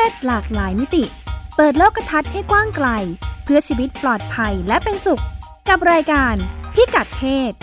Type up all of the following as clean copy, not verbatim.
ศหลากหลายมิติเปิดโลกทัศน์ให้กว้างไกลเพื่อชีวิตปลอดภัยและเป็นสุขกับรายการพิกัดเพศ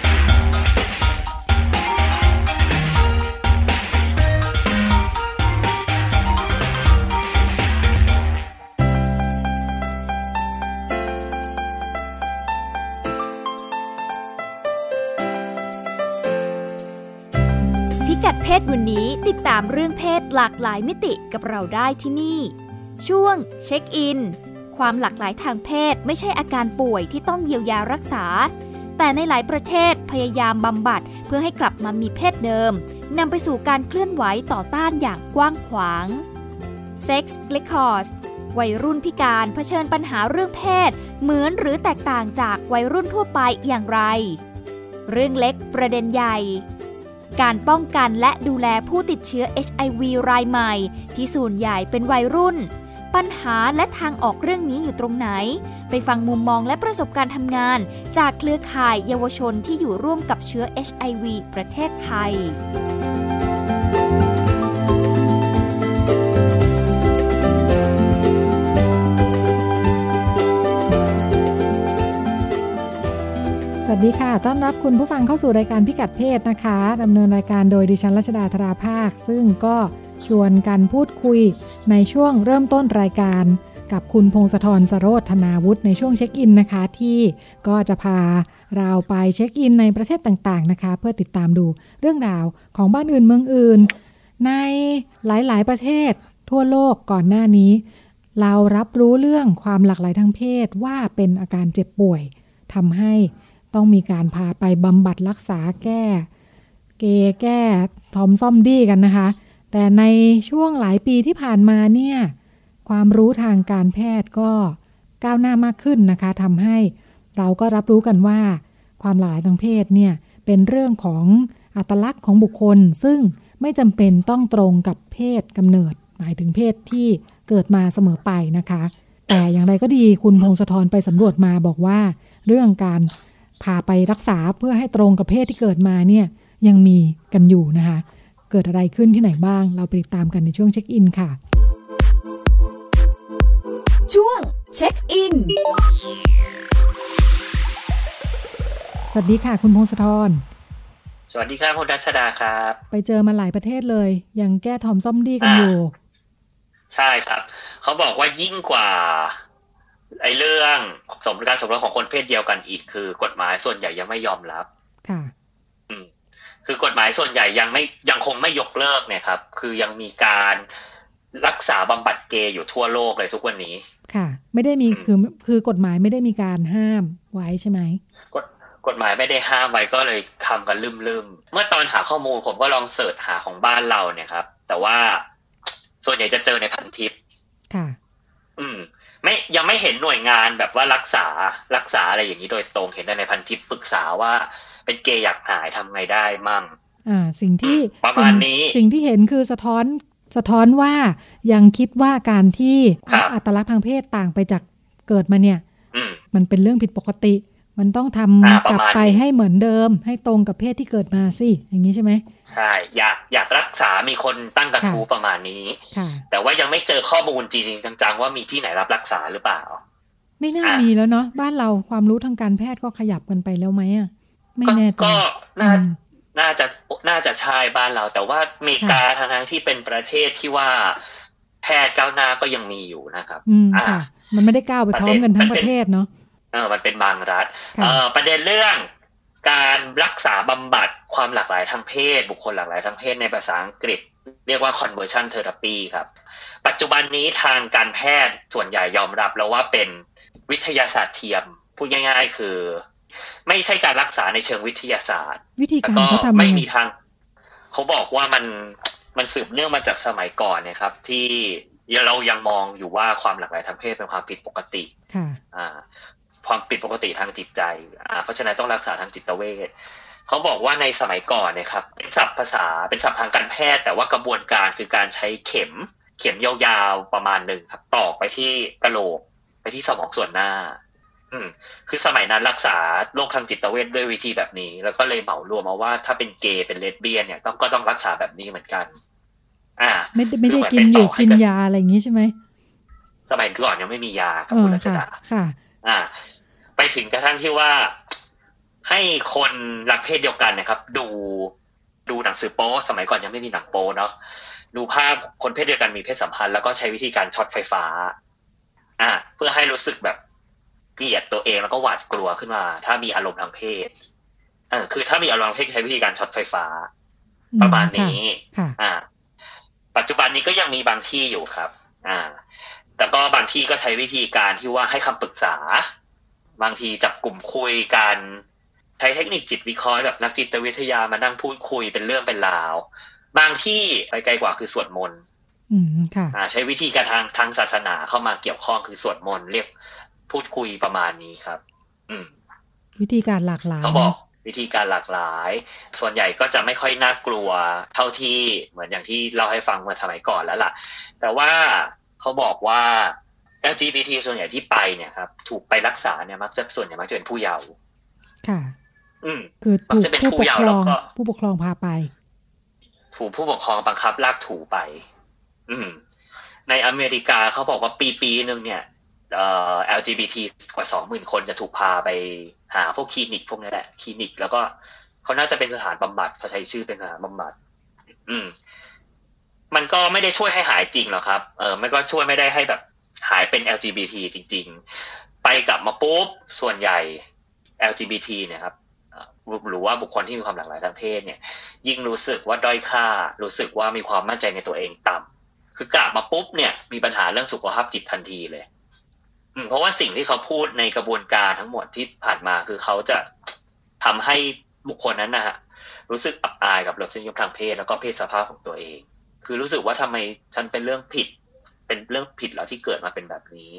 พิกัดเพศวันนี้ติดตามเรื่องเพศหลากหลายมิติกับเราได้ที่นี่ช่วงเช็คอินความหลากหลายทางเพศไม่ใช่อาการป่วยที่ต้องเยียวยารักษาแต่ในหลายประเทศพยายามบำบัดเพื่อให้กลับมามีเพศเดิมนำไปสู่การเคลื่อนไหวต่อต้านอย่างกว้างขวาง Sex Records วัยรุ่นพิการเผชิญปัญหาเรื่องเพศเหมือนหรือแตกต่างจากวัยรุ่นทั่วไปอย่างไรเรื่องเล็กประเด็นใหญ่การป้องกันและดูแลผู้ติดเชื้อ HIV รายใหม่ที่ส่วนใหญ่เป็นวัยรุ่นปัญหาและทางออกเรื่องนี้อยู่ตรงไหนไปฟังมุมมองและประสบการณ์ทำงานจากเครือข่ายเยาวชนที่อยู่ร่วมกับเชื้อ HIV ประเทศไทยสวัสดีค่ะต้อนรับคุณผู้ฟังเข้าสู่รายการพิกัดเพศนะคะดำเนินรายการโดยดิฉันรัชดาธราภาคซึ่งก็ชวนกันพูดคุยในช่วงเริ่มต้นรายการกับคุณพงศธร สโรธนาวุฒิในช่วงเช็คอินนะคะที่ก็จะพาเราไปเช็คอินในประเทศต่างๆนะคะเพื่อติดตามดูเรื่องราวของบ้านอื่นเมืองอื่นในหลายๆประเทศทั่วโลกก่อนหน้านี้เรารับรู้เรื่องความหลากหลายทางเพศว่าเป็นอาการเจ็บป่วยทำให้ต้องมีการพาไปบำบัดรักษาแก้เกย์แก้ทอมซ่อมดี้กันนะคะแต่ในช่วงหลายปีที่ผ่านมาเนี่ยความรู้ทางการแพทย์ก็ก้าวหน้ามากขึ้นนะคะทำให้เราก็รับรู้กันว่าความหลากหลายทางเพศเนี่ยเป็นเรื่องของอัตลักษณ์ของบุคคลซึ่งไม่จำเป็นต้องตรงกับเพศกำเนิดหมายถึงเพศที่เกิดมาเสมอไปนะคะแต่อย่างไรก็ดีคุณพงศธรไปสำรวจมาบอกว่าเรื่องการพาไปรักษาเพื่อให้ตรงกับเพศที่เกิดมาเนี่ยยังมีกันอยู่นะคะเกิดอะไรขึ้นที่ไหนบ้างเราไปติดตามกันในช่วงเช็คอินค่ะช่วงเช็คอินสวัสดีค่ะคุณพงศธรสวัสดีครับคุณรัชดาครับไปเจอมาหลายประเทศเลยยังแก้ทอมซ่อมดี้กันอยู่ใช่ครับเขาบอกว่ายิ่งกว่าไอ้เรื่องการสมรสของคนเพศเดียวกันอีกคือกฎหมายส่วนใหญ่ยังไม่ยอมรับค่ะคือกฎหมายส่วนใหญ่ยังคงไม่ยกเลิกเนี่ยครับคือยังมีการรักษาบำบัดเกย์อยู่ทั่วโลกเลยทุกวันนี้ค่ะไม่ได้มีคือกฎหมายไม่ได้มีการห้ามไว้ใช่ไหมกฎหมายไม่ได้ห้ามไว้ก็เลยทำกันลืมเมื่อตอนหาข้อมูลผมก็ลองเสิร์ชหาของบ้านเราเนี่ยครับแต่ว่าส่วนใหญ่จะเจอในพันทิปค่ะยังไม่เห็นหน่วยงานแบบว่ารักษาอะไรอย่างนี้โดยตรงเห็นแต่ในพันทิปปรึกษาว่าเป็นเกย์อยากหายทำไงได้มั่งสิ่งที่ประมาณนี้สิ่งที่เห็นคือสะท้อนว่ายังคิดว่าการที่อัตลักษณ์ทางเพศต่างไปจากเกิดมาเนี่ยมันเป็นเรื่องผิดปกติมันต้องทำกลับไปให้เหมือนเดิมให้ตรงกับเพศที่เกิดมาสิอย่างนี้ใช่ไหมใช่อยากรักษามีคนตั้งกระทู้ประมาณนี้แต่ว่ายังไม่เจอข้อมูลจริงๆจังๆว่ามีที่ไหนรับรักษาหรือเปล่าไม่น่ามีแล้วเนาะบ้านเราความรู้ทางการแพทย์ก็ขยับกันไปแล้วไหมอ่ะไม่แน่ใจก็น่าจะใช่บ้านเราแต่ว่าอเมริกาทั้งที่เป็นประเทศที่ว่าแพทย์ก้าวหน้าก็ยังมีอยู่นะครับมันไม่ได้ก้าวไปพร้อมกันทั้งประเทศเนาะมันเป็นบางรัฐประเด็นเรื่องการรักษาบำบัดความหลากหลายทางเพศบุคคลหลากหลายทางเพศในภาษาอังกฤษเรียกว่า conversion therapy ครับปัจจุบันนี้ทางการแพทย์ส่วนใหญ่ยอมรับแล้วว่าเป็นวิทยาศาสตร์เทียมพูดง่ายๆคือไม่ใช่การรักษาในเชิงวิทยาศาสตร์วิธีการเขาทำไม่มีทางเขาบอกว่ามันสืบเนื่องมาจากสมัยก่อนนะครับที่เรายังมองอยู่ว่าความหลากหลายทางเพศเป็นความผิดปกติความผิดปกติทางจิตใจเพราะฉะนั้นต้องรักษาทางจิตเวชเขาบอกว่าในสมัยก่อนเนี่ยครับเป็นศัพท์ภาษาเป็นศัพท์ทางการแพทย์แต่ว่ากระบวนการคือการใช้เข็มยาวๆประมาณนึงครับตอกไปที่กะโหลกไปที่สมองส่วนหน้าคือสมัยนั้นรักษาโรคทางจิตเวชด้วยวิธีแบบนี้แล้วก็เลยเหมารวมมาว่าถ้าเป็นเกย์เป็นเลสเบี้ยนเนี่ยก็ต้องรักษาแบบนี้เหมือนกันไม่ได้กินอยู่กินยาอะไรอย่างนี้ใช่ไหมสมัยก่อนยังไม่มียาครับคุณรัชดาค่ะไปถึงกระทั่งที่ว่าให้คนรักเพศเดียวกันนะครับดูหนังสือโป๊สมัยก่อนยังไม่มีหนังโป๊เนาะดูภาพคนเพศเดียวกันมีเพศสัมพันธ์แล้วก็ใช้วิธีการช็อตไฟฟ้าเพื่อให้รู้สึกแบบเกลียดตัวเองแล้วก็หวาดกลัวขึ้นมาถ้ามีอารมณ์ทางเพศคือถ้ามีอารมณ์ทางเพศใช้วิธีการช็อตไฟฟ้าประมาณนี้ปัจจุบันนี้ก็ยังมีบางที่อยู่ครับแต่ก็บางที่ก็ใช้วิธีการที่ว่าให้คำปรึกษาบางทีจับกลุ่มคุยกันใช้เทคนิคจิตวิเคราะห์แบบนักจิตวิทยามานั่งพูดคุยเป็นเรื่องเป็นราวบางที่ไปไกลกว่าคือสวดมนต์ใช้วิธีการทางศาสนาเข้ามาเกี่ยวข้องคือสวดมนต์เรียกพูดคุยประมาณนี้ครับวิธีการหลากหลายเขาบอกวิธีการหลากหลายส่วนใหญ่ก็จะไม่ค่อยน่ากลัวเท่าที่เหมือนอย่างที่เล่าให้ฟังเมื่อสมัยก่อนแล้วล่ะแต่ว่าเขาบอกว่า LGBT ส่วนใหญ่ที่ไปเนี่ยครับถูกไปรักษาเนี่ยมักจะเป็นผู้เยาว์ค่ะคือถูกผู้ปกครองพาไปถูกผู้ปกครองบังคับลากถูไปในอเมริกาเขาบอกว่าปีนึงเนี่ยLGBT กว่า 20,000 คนจะถูกพาไปหาพวกคลินิกพวกนี้แหละคลินิกแล้วก็เขาน่าจะเป็นสถานบำบัดเขาใช้ชื่อเป็นสถานบำบัดมันก็ไม่ได้ช่วยให้หายจริงหรอกครับมันก็ช่วยไม่ได้ให้แบบหายเป็น LGBT จริงๆไปกลับมาปุ๊บส่วนใหญ่ LGBT เนี่ยครับหรือว่าบุคคลที่มีความหลากหลายทางเพศเนี่ยยิ่งรู้สึกว่าด้อยค่ารู้สึกว่ามีความมั่นใจในตัวเองต่ำคือกลับมาปุ๊บเนี่ยมีปัญหาเรื่องสุขภาพจิตทันทีเลยเพราะว่าสิ่งที่เขาพูดในกระบวนการทั้งหมดที่ผ่านมาคือเขาจะทำให้บุคคลนั้นนะฮะรู้สึกอับอายกับรสนิยมทางเพศแล้วก็เพศสภาพของตัวเองคือรู้สึกว่าทำไมฉันเป็นเรื่องผิดแล้วที่เกิดมาเป็นแบบนี้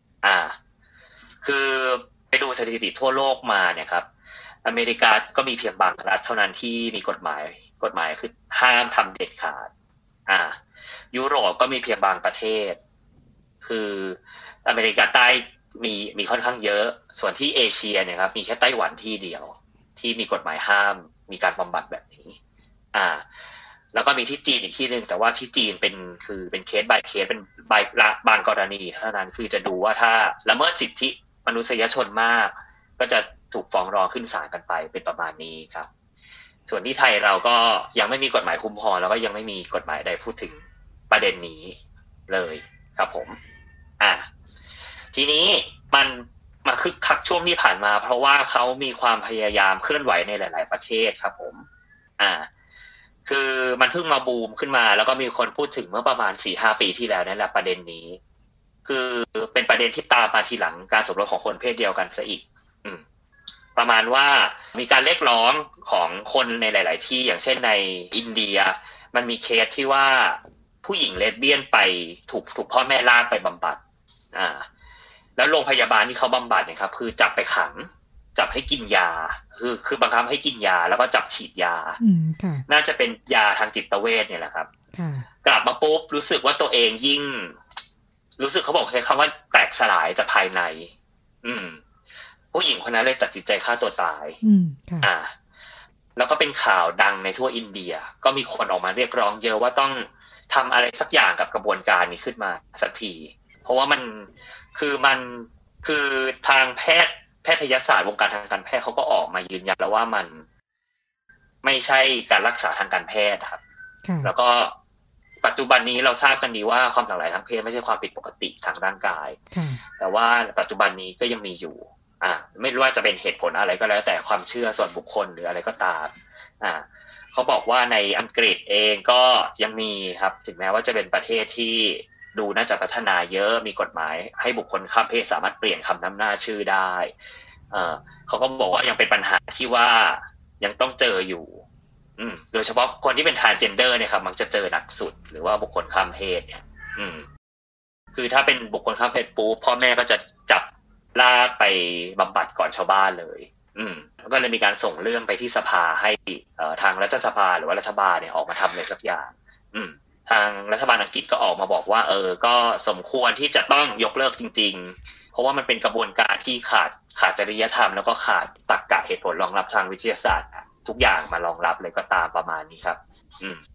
คือไปดูสถิติทั่วโลกมาเนี่ยครับอเมริกาก็มีเพียงบางรัฐเท่านั้นที่มีกฎหมายคือห้ามทำเด็ดขาดยุโรปก็มีเพียงบางประเทศคืออเมริกาใต้มีค่อนข้างเยอะส่วนที่เอเชียเนี่ยครับมีแค่ไต้หวันที่เดียวที่มีกฎหมายห้ามมีการบำบัดแบบนี้แล้วก็มีที่จีนอีกที่นึงแต่ว่าที่จีนเป็นเคส by เคสเป็นบางกรณีเท่านั้นคือจะดูว่าถ้าละเมิดสิทธิมนุษยชนมากก็จะถูกฟ้องร้องขึ้นศาลกันไปเป็นประมาณนี้ครับส่วนที่ไทยเราก็ยังไม่มีกฎหมายคุ้มครองแล้วก็ยังไม่มีกฎหมายใดพูดถึงประเด็นนี้เลยครับผมทีนี้มันมาคึกคักช่วงที่ผ่านมาเพราะว่าเขามีความพยายามเคลื่อนไหวในหลายๆประเทศครับผมคือมันเพิ่งมาบูมขึ้นมาแล้วก็มีคนพูดถึงเมื่อประมาณ 4-5 ปีที่แล้วนั่นแหละประเด็นนี้คือเป็นประเด็นที่ตามมาทีหลังการสมรสของคนเพศเดียวกันซะอีกประมาณว่ามีการเรียกร้องของคนในหลายๆที่อย่างเช่นในอินเดียมันมีเคสที่ว่าผู้หญิงเลสเบี้ยนไปถูกพ่อแม่ลากไปบำบัดแล้วโรงพยาบาลที่เขาบำบัดเนี่ยครับคือจับไปขังจับให้กินยาคือบังคับให้กินยาแล้วก็จับฉีดยาน่าจะเป็นยาทางจิตเวชเนี่ยแหละครับกลับมาปุ๊บรู้สึกว่าตัวเองยิ่งรู้สึกเขาบอกใช้คำว่าแตกสลายจากภายในผู้หญิงคนนั้นเลยตัดสินใจฆ่าตัวตายแล้วก็เป็นข่าวดังในทั่วอินเดียก็มีคนออกมาเรียกร้องเยอะว่าต้องทำอะไรสักอย่างกับกระบวนการนี้ขึ้นมาสักทีเพราะว่ามันคือทางแพทยศาสตร์วงการทางการแพทย์เขาก็ออกมายืนยันแล้วว่ามันไม่ใช่การรักษาทางการแพทย์ครับแล้วก็ปัจจุบันนี้เราทราบกันดีว่าความหลากหลายทางเพศไม่ใช่ความผิดปกติทางร่างกายแต่ว่าปัจจุบันนี้ก็ยังมีอยู่ไม่รู้ว่าจะเป็นเหตุผลอะไรก็แล้วแต่ความเชื่อส่วนบุคคลหรืออะไรก็ตามเขาบอกว่าในอังกฤษเองก็ยังมีครับถึงแม้ว่าจะเป็นประเทศที่ดูน่าจะพัฒนาเยอะมีกฎหมายให้บุคคลข้ามเพศสามารถเปลี่ยนคำนำหน้าชื่อได้เขาก็บอกว่ายังเป็นปัญหาที่ว่ายังต้องเจออยู่โดยเฉพาะคนที่เป็น transgender เนี่ยครับมักจะเจอหนักสุดหรือว่าบุคคลข้ามเพศเนี่ยคือถ้าเป็นบุคคลข้ามเพศปุ๊บพ่อแม่ก็จะจับลากไปบำบัดก่อนชาวบ้านเลยก็เลยมีการส่งเรื่องไปที่สภาให้ทางรัฐสภาหรือว่ารัฐบาลเนี่ยออกมาทำอะไรสักอย่างทางรัฐบาลอังกฤษก็ออกมาบอกว่าก็สมควรที่จะต้องยกเลิกจริงๆเพราะว่ามันเป็นกระบวนการที่ขาดจริยธรรมแล้วก็ขาดตรรกะเหตุผลรองรับทางวิทยาศาสตร์ทุกอย่างมารองรับเลยก็ตามประมาณนี้ครับ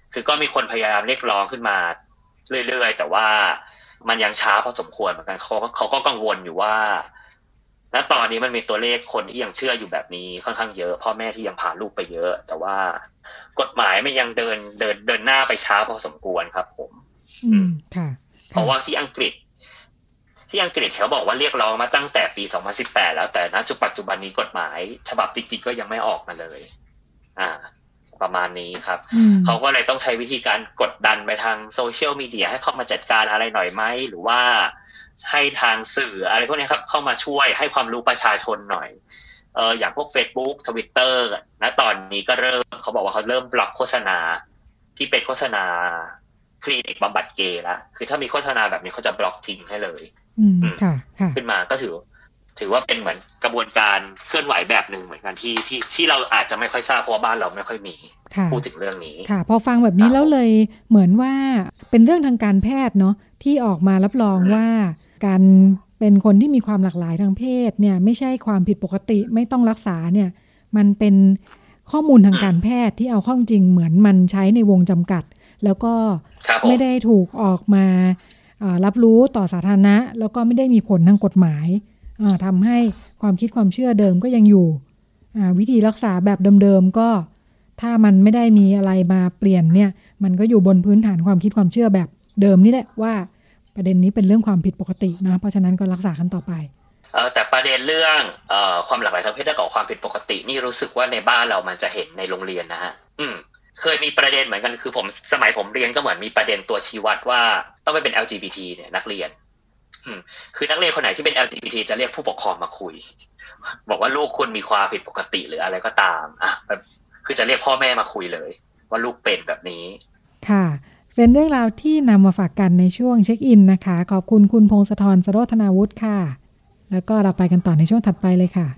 คือก็มีคนพยายามเรียกร้องขึ้นมาเรื่อยๆแต่ว่ามันยังช้าพอสมควรเหมือนกันเขาก็กังวลอยู่ว่าณตอนนี้มันมีตัวเลขคนที่ยังเชื่ออยู่แบบนี้ค่อนข้างเยอะพ่อแม่ที่ยังพาลูกไปเยอะแต่ว่ากฎหมายมันยังเดินหน้าไปช้าพอสมควรครับผมค่ะเพราะว่าที่อังกฤษเขาบอกว่าเรียกร้องมาตั้งแต่ปี2018แล้วแต่ณปัจจุบันนี้กฎหมายฉบับจริงๆก็ยังไม่ออกมาเลยประมาณนี้ครับเขาก็เลยต้องใช้วิธีการกดดันไปทางโซเชียลมีเดียให้เข้ามาจัดการอะไรหน่อยไหมหรือว่าให้ทางสื่ออะไรพวกนี้ครับเข้ามาช่วยให้ความรู้ประชาชนหน่อยอย่างพวก Facebook Twitter ณตอนนี้ก็เขาบอกว่าเขาเริ่มบล็อกโฆษณาที่เป็นโฆษณาคลินิกบำบัดเกย์แล้วคือถ้ามีโฆษณาแบบนี้เขาจะบล็อกทิ้งให้เลยขึ้นมาก็ถือว่าเป็นเหมือนกระบวนการเคลื่อนไหวแบบนึงเหมือนกันที่เราอาจจะไม่ค่อยทราบเพราะบ้านเราไม่ค่อยมีพูดถึงเรื่องนี้ค่ะพอฟังแบบนี้แล้วเลยเหมือนว่าเป็นเรื่องทางการแพทย์เนาะที่ออกมารับรองว่าการเป็นคนที่มีความหลากหลายทางเพศเนี่ยไม่ใช่ความผิดปกติไม่ต้องรักษาเนี่ยมันเป็นข้อมูลทางการแพทย์ที่เอาข้อจริงเหมือนมันใช้ในวงจำกัดแล้วก็ไม่ได้ถูกออกมารับรู้ต่อสาธารณะแล้วก็ไม่ได้มีผลทางกฎหมายทำให้ความคิดความเชื่อเดิมก็ยังอยู่วิธีรักษาแบบเดิมๆก็ถ้ามันไม่ได้มีอะไรมาเปลี่ยนเนี่ยมันก็อยู่บนพื้นฐานความคิดความเชื่อแบบเดิมนี่แหละว่าประเด็นนี้เป็นเรื่องความผิดปกตินะเพราะฉะนั้นก็รักษากันต่อไปแต่ประเด็นเรื่องความหลากหลายทางเพศและความผิดปกตินี่รู้สึกว่าในบ้านเรามันจะเห็นในโรงเรียนนะฮะเคยมีประเด็นเหมือนกันคือสมัยผมเรียนก็เหมือนมีประเด็นตัวชี้วัดว่าต้องไม่เป็น LGBT เนี่ยนักเรียนคือนักเรียนคนไหนที่เป็น LGBT จะเรียกผู้ปกครองมาคุยบอกว่าลูกคุณมีความผิดปกติหรืออะไรก็ตามคือจะเรียกพ่อแม่มาคุยเลยว่าลูกเป็นแบบนี้ค่ะเป็นเรื่องราวที่นำมาฝากกันในช่วงเช็คอินนะคะขอบคุณคุณพงศธร สโรธนาวุฒิค่ะแล้วก็เราไปกันต่อในช่วงถัดไปเลยค่ะ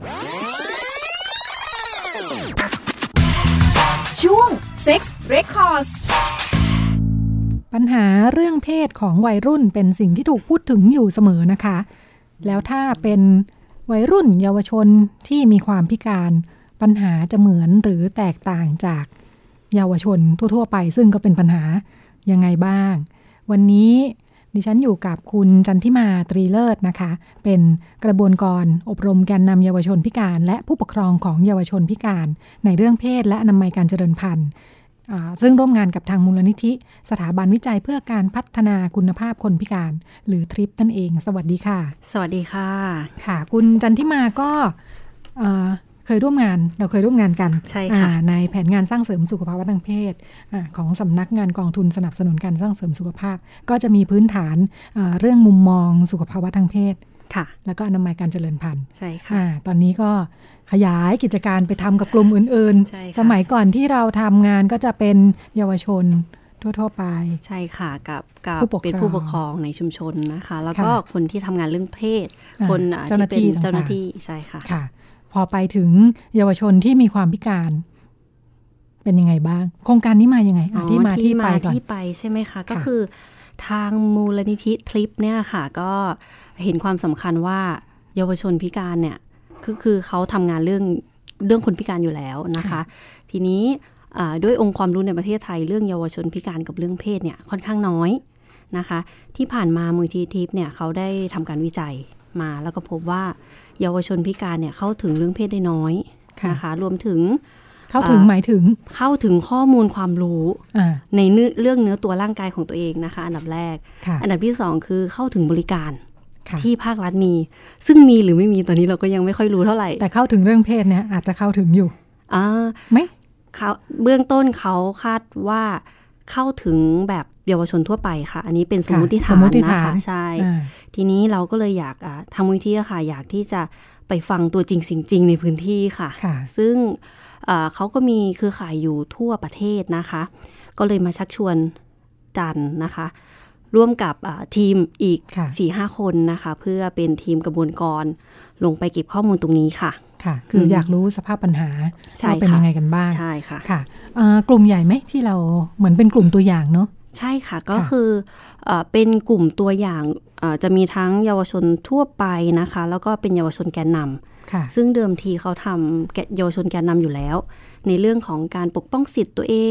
ช่วง Sex Records ปัญหาเรื่องเพศของวัยรุ่นเป็นสิ่งที่ถูกพูดถึงอยู่เสมอนะคะแล้วถ้าเป็นวัยรุ่นเยาวชนที่มีความพิการปัญหาจะเหมือนหรือแตกต่างจากเยาวชนทั่วๆไปซึ่งก็เป็นปัญหายังไงบ้างวันนี้ดิฉันอยู่กับคุณจันทิมาตรีเลิศนะคะเป็นกระบวนการอบรมแกนนำเยาวชนพิการและผู้ปกครองของเยาวชนพิการในเรื่องเพศและอนามัยการเจริญพันธุ์ซึ่งร่วมงานกับทางมูลนิธิสถาบันวิจัยเพื่อการพัฒนาคุณภาพคนพิการหรือทริปนั่นเองสวัสดีค่ะสวัสดีค่ะค่ะคุณจันทิมาก็เราเคยร่วมงานกันใช่ค่ะในแผนงานสร้างเสริมสุขภาพทางเพศของสำนักงานกองทุนสนับสนุนการสร้างเสริมสุขภาพก็จะมีพื้นฐานเรื่องมุมมองสุขภาวะทางเพศค่ะแล้วก็อนามัยการเจริญพันธุ์ใช่ค่ะตอนนี้ก็ขยายกิจการไปทำกับกลุ่มอื่นๆสมัยก่อนที่เราทำงานก็จะเป็นเยาวชนทั่วๆไปใช่ค่ะกับเป็นผู้ปกครองในชุมชนนะคะแล้วก็คนที่ทำงานเรื่องเพศคนที่เป็นเจ้าหน้าที่ใช่ค่ะพอไปถึงเยาวชนที่มีความพิการเป็นยังไงบ้างโครงการนี้มายังไงที่มาที่ไปก่อนที่ไปใช่ไหมคะก็คือทางมูลนิธิทริปเนี่ยค่ะก็เห็นความสำคัญว่าเยาวชนพิการเนี่ยคือเขาทำงานเรื่องคนพิการอยู่แล้วนะคะทีนี้ด้วยองค์ความรู้ในประเทศไทยเรื่องเยาวชนพิการกับเรื่องเพศเนี่ยค่อนข้างน้อยนะคะที่ผ่านมามูลนิธิทริปเนี่ยเขาได้ทำการวิจัยมาแล้วก็พบว่าเยาวชนพิการเนี่ยเข้าถึงเรื่องเพศได้น้อยนะคะรวมถึงเข้าถึงหมายถึงเข้าถึงข้อมูลความรู้ในเรื่องเนื้อตัวร่างกายของตัวเองนะคะอันดับแรกอันดับที่2คือเข้าถึงบริการที่ภาครัฐมีซึ่งมีหรือไม่มีตอนนี้เราก็ยังไม่ค่อยรู้เท่าไหร่แต่เข้าถึงเรื่องเพศเนี่ยอาจจะเข้าถึงอยู่ไหมเบื้องต้นเขาคาดว่าเข้าถึงแบบเยาวชนทั่วไปค่ะอันนี้เป็นสมมติฐานนะคะใช่ทีนี้เราก็เลยอยากทำมูลนิธิค่ะอยากที่จะไปฟังตัวจริงสิ่งจริงในพื้นที่ค่ะซึ่งเขาก็มีเครือข่ายอยู่ทั่วประเทศนะคะก็เลยมาชักชวนจันนะคะร่วมกับทีมอีก 4-5 คนนะคะเพื่อเป็นทีมกระบวนการลงไปเก็บข้อมูลตรงนี้ค่ะคืออยากรู้สภาพปัญหาว่าเป็นยังไงกันบ้างใช่ค่ะกลุ่มใหญ่ไหมที่เราเหมือนเป็นกลุ่มตัวอย่างเนาะใช่ค่ะก็คือเป็นกลุ่มตัวอย่างจะมีทั้งเยาวชนทั่วไปนะคะแล้วก็เป็นเยาวชนแกนนำซึ่งเดิมทีเขาทำเยาวชนแกนนำอยู่แล้วในเรื่องของการปกป้องสิทธิ์ตัวเอง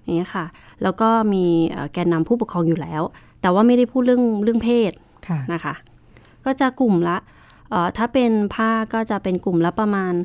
อย่างเงี้ยค่ะแล้วก็มีแกนนำผู้ปกครองอยู่แล้วแต่ว่าไม่ได้พูดเรื่องเพศนะคะก็จะกลุ่มละถ้าเป็นภาคก็จะเป็นกลุ่มละประมาณ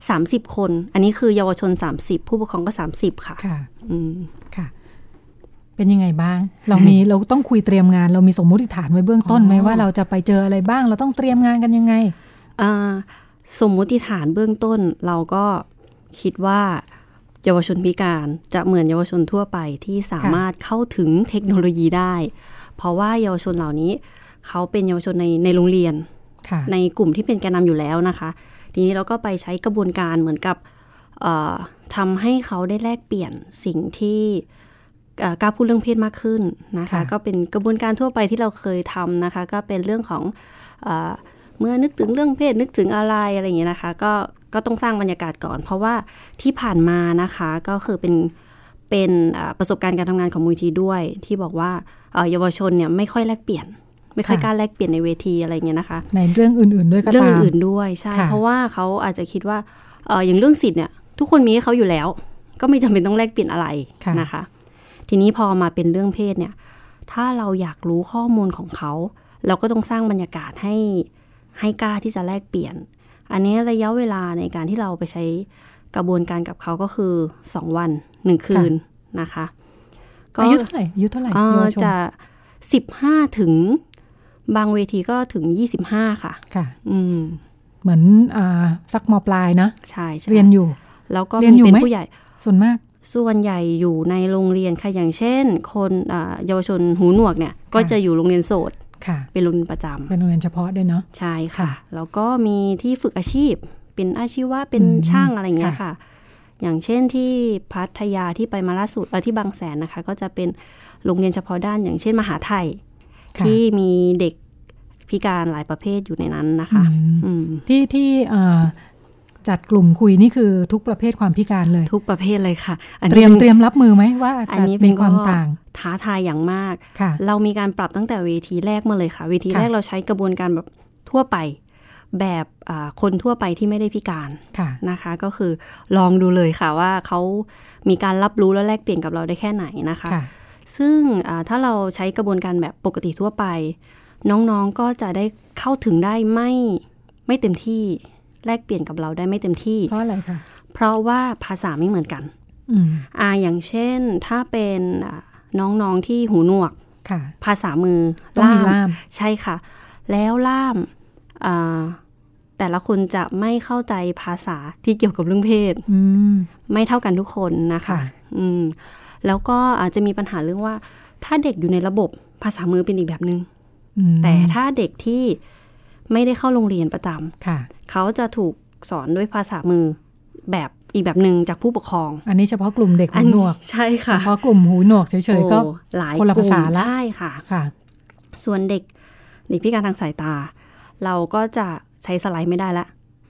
30คนอันนี้คือเยาวชน30ผู้ปกครองก็30ค่ะค่ะค่ะเป็นยังไงบ้างเราต้องคุยเตรียมงานเรามีสมมุติฐานไว้เบื้องต้นไหมว่าเราจะไปเจออะไรบ้างเราต้องเตรียมงานกันยังไงสมมุติฐานเบื้องต้นเราก็คิดว่าเยาวชนพิการจะเหมือนเยาวชนทั่วไปที่สามารถเข้าถึงเทคโนโลยีได้เพราะว่าเยาวชนเหล่านี้เขาเป็นเยาวชนในโรงเรียนในกลุ่มที่เป็นแกนนำอยู่แล้วนะคะทีนี้เราก็ไปใช้กระบวนการเหมือนกับทำให้เขาได้แลกเปลี่ยนสิ่งที่กล้าพูดเรื่องเพศมากขึ้นนะคะก็เป็นกระบวนการทั่วไปที่เราเคยทำนะคะก็เป็นเรื่องของเมื่อนึกถึงเรื่องเพศนึกถึงอะไรอย่างเงี้ยนะคะก็ต้องสร้างบรรยากาศก่อนเพราะว่าที่ผ่านมานะคะก็คือเป็นประสบการณ์การทำงานของมูลนิธิด้วยที่บอกว่าเยาวชนเนี่ยไม่ค่อยแลกเปลี่ยนไม่ค่อยกล้าแลกเปลี่ยนในเวทีอะไรเงี้ยนะคะในเรื่องอื่นๆด้วยก็ตามเรื่องอื่นๆด้วยใช่เพราะว่าเขาอาจจะคิดว่าอย่างเรื่องสิทธิ์เนี่ยทุกคนมีให้เขาอยู่แล้วก็ไม่จำเป็นต้องแลกเปลี่ยนอะไรนะคะทีนี้พอมาเป็นเรื่องเพศเนี่ยถ้าเราอยากรู้ข้อมูลของเขาเราก็ต้องสร้างบรรยากาศให้กล้าที่จะแลกเปลี่ยนอันนี้ระยะเวลาในการที่เราไปใช้กระบวนการกับเขาก็คือ2วัน1คืนนะคะอายุเท่าไหร่จะ15ถึงบางเวทีก็ถึง25ค่ะค่ะเหมือนสักม.ปลายนะใช่เรียนอยู่แล้วก็มีเป็นผู้ใหญ่ส่วนมากส่วนใหญ่อยู่ในโรงเรียนค่ะอย่างเช่นคนเยาวชนหูหนวกเนี่ยก็จะอยู่โรงเรียนโสดเป็นโรงเรียนประจำเป็นโรงเรียนเฉพาะด้วยเนาะใช่ค่ะแล้วก็มีที่ฝึกอาชีพเป็นอาชีวะเป็นช่างอะไรเงี้ยค่ะอย่างเช่นที่พัทยาที่ไปมาล่าสุดที่บางแสนนะคะก็จะเป็นโรงเรียนเฉพาะด้านอย่างเช่นมหาไทยที่มีเด็กพิการหลายประเภทอยู่ในนั้นนะคะที่จัดกลุ่มคุยนี่คือทุกประเภทความพิการเลยทุกประเภทเลยค่ะเตรียมรับมือไหมว่าจะมีความต่างท้าทายอย่างมากเรามีการปรับตั้งแต่เวทีแรกมาเลยค่ะเวทีแรกเราใช้กระบวนการแบบทั่วไปแบบคนทั่วไปที่ไม่ได้พิการนะคะก็คือลองดูเลยค่ะว่าเขามีการรับรู้และแลกเปลี่ยนกับเราได้แค่ไหนนะคะซึ่งถ้าเราใช้กระบวนการแบบปกติทั่วไปน้องๆก็จะได้เข้าถึงได้ไม่เต็มที่แลกเปลี่ยนกับเราได้ไม่เต็มที่เพราะอะไรคะเพราะว่าภาษาไม่เหมือนกันอย่างเช่นถ้าเป็นน้องๆที่หูหนวกภาษามือล่ามใช่ค่ะแล้วล่ามแต่ละคนจะไม่เข้าใจภาษาที่เกี่ยวกับเรื่องเพศไม่เท่ากันทุกคนนะคะแล้วก็อาจจะมีปัญหาเรื่องว่าถ้าเด็กอยู่ในระบบภาษามือเป็นอีกแบบนึงแต่ถ้าเด็กที่ไม่ได้เข้าโรงเรียนประจำเขาจะถูกสอนด้วยภาษามือแบบอีกแบบนึงจากผู้ปกครองอันนี้เฉพาะกลุ่มเด็กหูหนวกใช่ค่ะเฉพาะกลุ่มหูหนวกเฉยๆก็คนละภาษาละใช่ค่ะส่วนเด็กพิการทางสายตาเราก็จะใช้สไลด์ไม่ได้ละ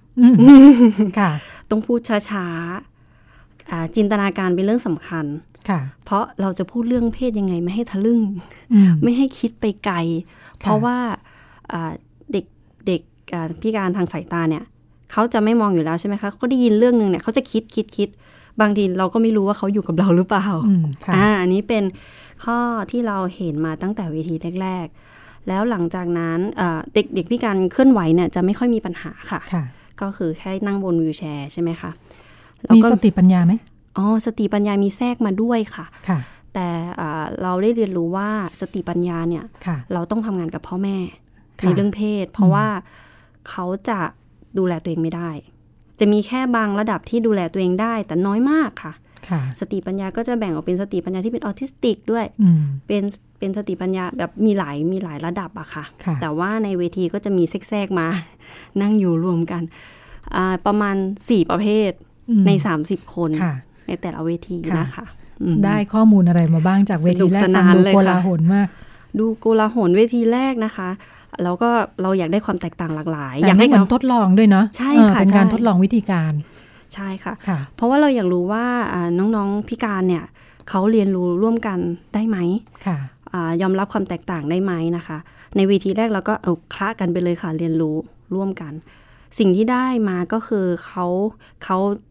ต้องพูดช้าๆจินตนาการเป็นเรื่องสำคัญเพราะเราจะพูดเรื่องเพศยังไงไม่ให้ทะลึ่งไม่ให้คิดไปไกลเพราะว่าเด็กพิการทางสายตาเนี่ยเขาจะไม่มองอยู่แล้วใช่ไหมคะเขาได้ยินเรื่องนึงเนี่ยเขาจะคิดบางทีเราก็ไม่รู้ว่าเขาอยู่กับเราหรือเปล่าอันนี้เป็นข้อที่เราเห็นมาตั้งแต่เวทีแรกๆแล้วหลังจากนั้นเด็กพิการเคลื่อนไหวเนี่ยจะไม่ค่อยมีปัญหาค่ะก็คือแค่นั่งบนวีลแชร์ใช่ไหมคะมีสติปัญญาไหมสติปัญญามีแทรกมาด้วยค่ะแต่เราได้เรียนรู้ว่าสติปัญญาเนี่ยเราต้องทำงานกับพ่อแม่ในเรื่องเพศเพราะว่าเขาจะดูแลตัวเองไม่ได้จะมีแค่บางระดับที่ดูแลตัวเองได้แต่น้อยมากค่ะสติปัญญาก็จะแบ่งออกเป็นสติปัญญาที่เป็นออทิสติกด้วยเป็นสติปัญญาแบบมีหลายระดับอะค่ะแต่ว่าในเวทีก็จะมีแทรกมานั่งอยู่รวมกันประมาณ4ประเภทใน30คนในแต่ละเวทีนะคะได้ข้อมูลอะไรมาบ้างจากเวทีแรกฟังดูโกลาหลมากดูโกลาหลเวทีแรกนะคะแล้วก็เราอยากได้ความแตกต่างหลากหลายอยากให้เหมือนทดลองด้วยเนาะใช่ค่ะเป็นการทดลองวิธีการใช่ค่ะเพราะว่าเราอยากรู้ว่าน้องๆพิการเนี่ยเขาเรียนรู้ร่วมกันได้ไหมยอมรับความแตกต่างได้ไหมนะคะในเวทีแรกเราก็คละกันไปเลยค่ะเรียนรู้ร่วมกันสิ่งที่ได้มาก็คือเขา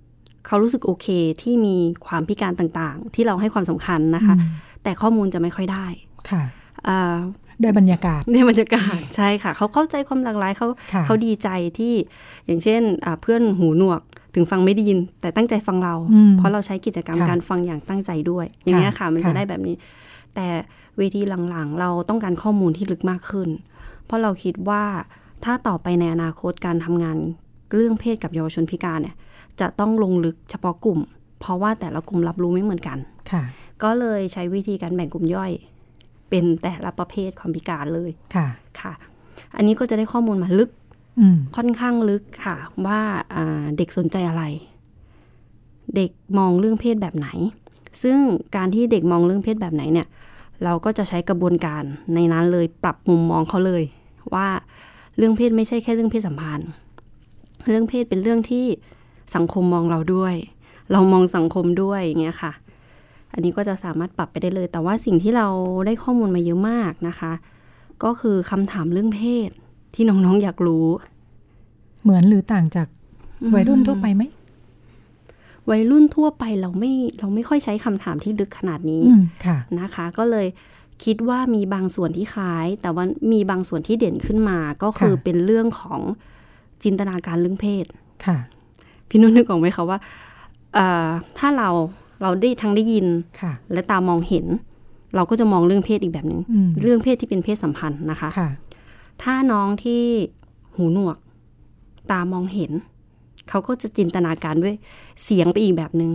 เขารู้สึกโอเคที่มีความพิการต่างๆที่เราให้ความสำคัญนะคะแต่ข้อมูลจะไม่ค่อยได้ค่ะได้บรรยากาศใช่ค่ะเขาเข้าใจความหลากหลายเขาดีใจที่อย่างเช่นเพื่อนหูหนวกถึงฟังไม่ได้ยินแต่ตั้งใจฟังเราเพราะเราใช้กิจกรรมการฟังอย่างตั้งใจด้วยอย่างนี้ค่ะมันจะได้แบบนี้แต่เวทีหลังๆเราต้องการข้อมูลที่ลึกมากขึ้นเพราะเราคิดว่าถ้าต่อไปในอนาคตการทำงานเรื่องเพศกับเยาวชนพิการเนี่ยจะต้องลงลึกเฉพาะกลุ่มเพราะว่าแต่ละกลุ่มรับรู้ไม่เหมือนกันก็เลยใช้วิธีการแบ่งกลุ่มย่อยเป็นแต่ละประเภทความพิการเลยค่ะอันนี้ก็จะได้ข้อมูลมาลึกค่อนข้างลึกค่ะว่าเด็กสนใจอะไรเด็กมองเรื่องเพศแบบไหนซึ่งการที่เด็กมองเรื่องเพศแบบไหนเนี่ยเราก็จะใช้กระบวนการในนั้นเลยปรับมุมมองเขาเลยว่าเรื่องเพศไม่ใช่แค่เรื่องเพศสัมพันธ์เรื่องเพศเป็นเรื่องที่สังคมมองเราด้วยเรามองสังคมด้วยอย่างเงี้ยค่ะอันนี้ก็จะสามารถปรับไปได้เลยแต่ว่าสิ่งที่เราได้ข้อมูลมาเยอะมากนะคะก็คือคำถามเรื่องเพศที่น้องๆอยากรู้เหมือนหรือต่างจากวัยรุ่นทั่วไปไหมวัยรุ่นทั่วไปเราไม่ค่อยใช้คำถามที่ลึกขนาดนี้นะคะก็เลยคิดว่ามีบางส่วนที่คล้ายแต่ว่ามีบางส่วนที่เด่นขึ้นมาก็คือเป็นเรื่องของจินตนาการเรื่องเพศพี่นุ่นนึกออกไหมคะว่าถ้าเราได้ทั้งได้ยินและตามองเห็นเราก็จะมองเรื่องเพศอีกแบบนึงเรื่องเพศที่เป็นเพศสัมพันธ์นะคะถ้าน้องที่หูหนวกตามองเห็นเขาก็จะจินตนาการด้วยเสียงไปอีกแบบนึง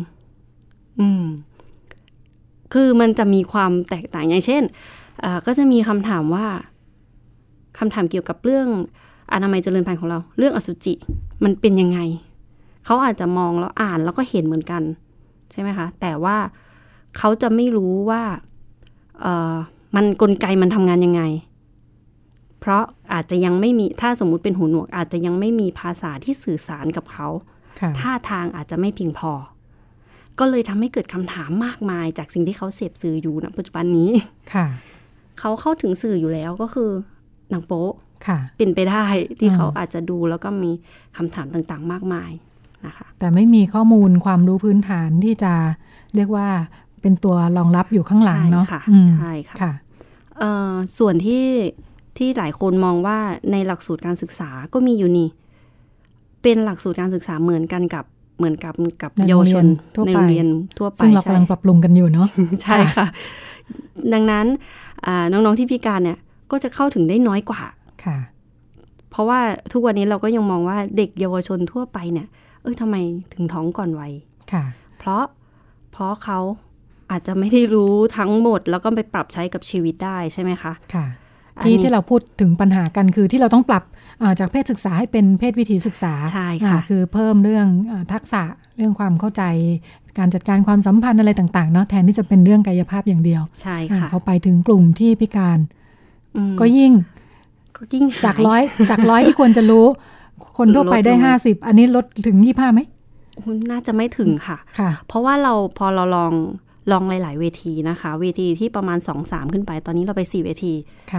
คือมันจะมีความแตกต่างอย่างเช่นก็จะมีคำถามว่าคำถามเกี่ยวกับเรื่องอนามัยเจริญพันธุ์ของเราเรื่องอสุจิมันเป็นยังไงเขาอาจจะมองแล้วอ่านแล้วก็เห็นเหมือนกันใช่ไหมคะแต่ว่าเขาจะไม่รู้ว่ามันกลไกมันทำงานยังไงเพราะอาจจะยังไม่มีถ้าสมมุติเป็นหูหนวกอาจจะยังไม่มีภาษาที่สื่อสารกับเขาท่าทางอาจจะไม่เพียงพอก็เลยทำให้เกิดคำถามมากมายจากสิ่งที่เขาเสพสื่ออยู่ณปัจจุบันนี้เขาเข้าถึงสื่ออยู่แล้วก็คือหนังโป๊เป็นไปได้ที่เขาอาจจะดูแล้วก็มีคำถามต่างๆมากมายนะคะแต่ไม่มีข้อมูลความรู้พื้นฐานที่จะเรียกว่าเป็นตัวรองรับอยู่ข้างหลังเนาะใช่ค่ะส่วนที่หลายคนมองว่าในหลักสูตรการศึกษาก็มีอยู่นี่เป็นหลักสูตรการศึกษาเหมือนกับเยาวชนในโรงเรียนทั่วไปซึ่งเรากำลังปรับปรุงกันอยู่เนาะใช่ค่ะดังนั้นน้องๆที่พิการเนี่ยก็จะเข้าถึงได้น้อยกว่าค่ะเพราะว่าทุกวันนี้เราก็ยังมองว่าเด็กเยาวชนทั่วไปเนี่ยทำไมถึงท้องก่อนวัยค่ะเพราะเขาอาจจะไม่ได้รู้ทั้งหมดแล้วก็ไปปรับใช้กับชีวิตได้ใช่ไหมคะค่ะที่เราพูดถึงปัญหากันคือที่เราต้องปรับจากเพศศึกษาให้เป็นเพศวิถีศึกษาใช่ค่ะคือเพิ่มเรื่องทักษะเรื่องความเข้าใจการจัดการความสัมพันธ์อะไรต่างๆเนาะแทนที่จะเป็นเรื่องกายภาพอย่างเดียวใช่ค่ะพอไปถึงกลุ่มที่พิการก็ยิ่งจากร้อยที่ควรจะรู้คนทั่วไปได้50อันนี้ลดถึง25ไหมน่าจะไม่ถึงค่ะเพราะว่าพอเราลองหลายๆเวทีนะคะเวทีที่ประมาณ 2-3 ขึ้นไปตอนนี้เราไป4เวที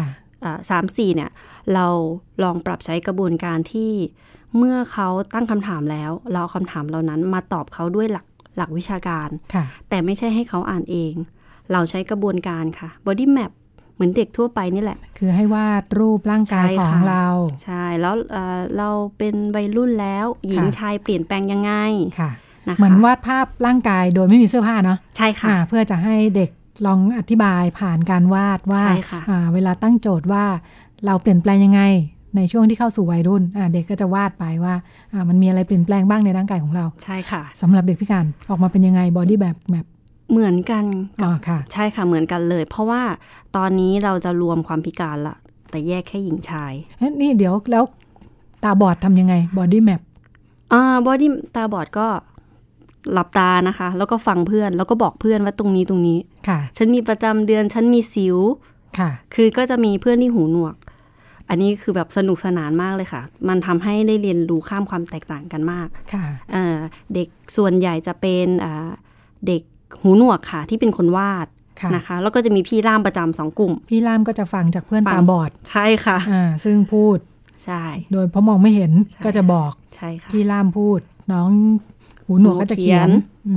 3-4เนี่ยเราลองปรับใช้กระบวนการที่เมื่อเขาตั้งคำถามแล้วเราเอาคำถามเหล่านั้นมาตอบเขาด้วยหลักวิชาการแต่ไม่ใช่ให้เขาอ่านเองเราใช้กระบวนการค่ะ body map เหมือนเด็กทั่วไปนี่แหละคือให้วาดรูปร่างกายของเราใช่แล้วเราเป็นวัยรุ่นแล้วหญิงชายเปลี่ยนแปลงยังไงเหมือนวาดภาพร่างกายโดยไม่มีเสื้อผ้าเนาะใช่ค่ะเพื่อจะให้เด็กลองอธิบายผ่านการวาดว่าเวลาตั้งโจทย์ว่าเราเปลี่ยนแปลงยังไงในช่วงที่เข้าสู่วัยรุ่นเด็กก็จะวาดไปว่ามันมีอะไรเปลี่ยนแปลงบ้างในร่างกายของเราใช่ค่ะสำหรับเด็กพิการออกมาเป็นยังไงบอดี้แบบเหมือนกันใช่ค่ะเหมือนกันเลยเพราะว่าตอนนี้เราจะรวมความพิการละแต่แยกแค่หญิงชายนี่เดี๋ยวแล้วตาบอดทำยังไงบอดี้แมปบอดี้ตาบอดก็หลับตานะคะแล้วก็ฟังเพื่อนแล้วก็บอกเพื่อนว่าตรงนี้ฉันมีประจำเดือนฉันมีสิวคือก็จะมีเพื่อนที่หูหนวกอันนี้คือแบบสนุกสนานมากเลยค่ะมันทำให้ได้เรียนรู้ข้ามความแตกต่างกันมากเด็กส่วนใหญ่จะเป็นเด็กหูหนวกค่ะที่เป็นคนวาดนะคะแล้วก็จะมีพี่ล่ามประจำ2กลุ่มพี่ล่ามก็จะฟังจากเพื่อนตาบอดใช่ค่ะซึ่งพูดใช่โดยเพราะมองไม่เห็นก็จะบอกใช่ค่ะพี่ล่ามพูดน้องหูหนวกก็จะเขียน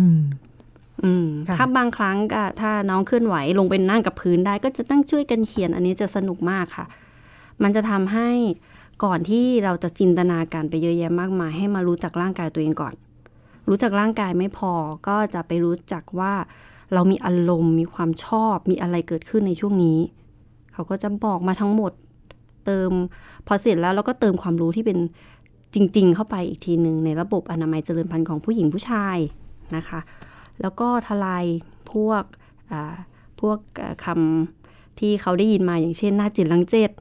ถ้าบางครั้งก็ถ้าน้องเคลื่อนไหวลงไปนั่งกับพื้นได้ก็จะตั้งช่วยกันเขียนอันนี้จะสนุกมากค่ะมันจะทำให้ก่อนที่เราจะจินตนาการไปเยอะแยะมากมายให้มารู้จักร่างกายตัวเองก่อนรู้จักร่างกายไม่พอก็จะไปรู้จักว่าเรามีอารมณ์มีความชอบมีอะไรเกิดขึ้นในช่วงนี้เขาก็จะบอกมาทั้งหมดเติมพอเสร็จแล้วเราก็เติมความรู้ที่เป็นจริงๆเข้าไปอีกทีหนึ่งในระบบอนามัยเจริญพันธุ์ของผู้หญิงผู้ชายนะคะแล้วก็ทลายพวกคำที่เขาได้ยินมาอย่างเช่นหน้า7หลัง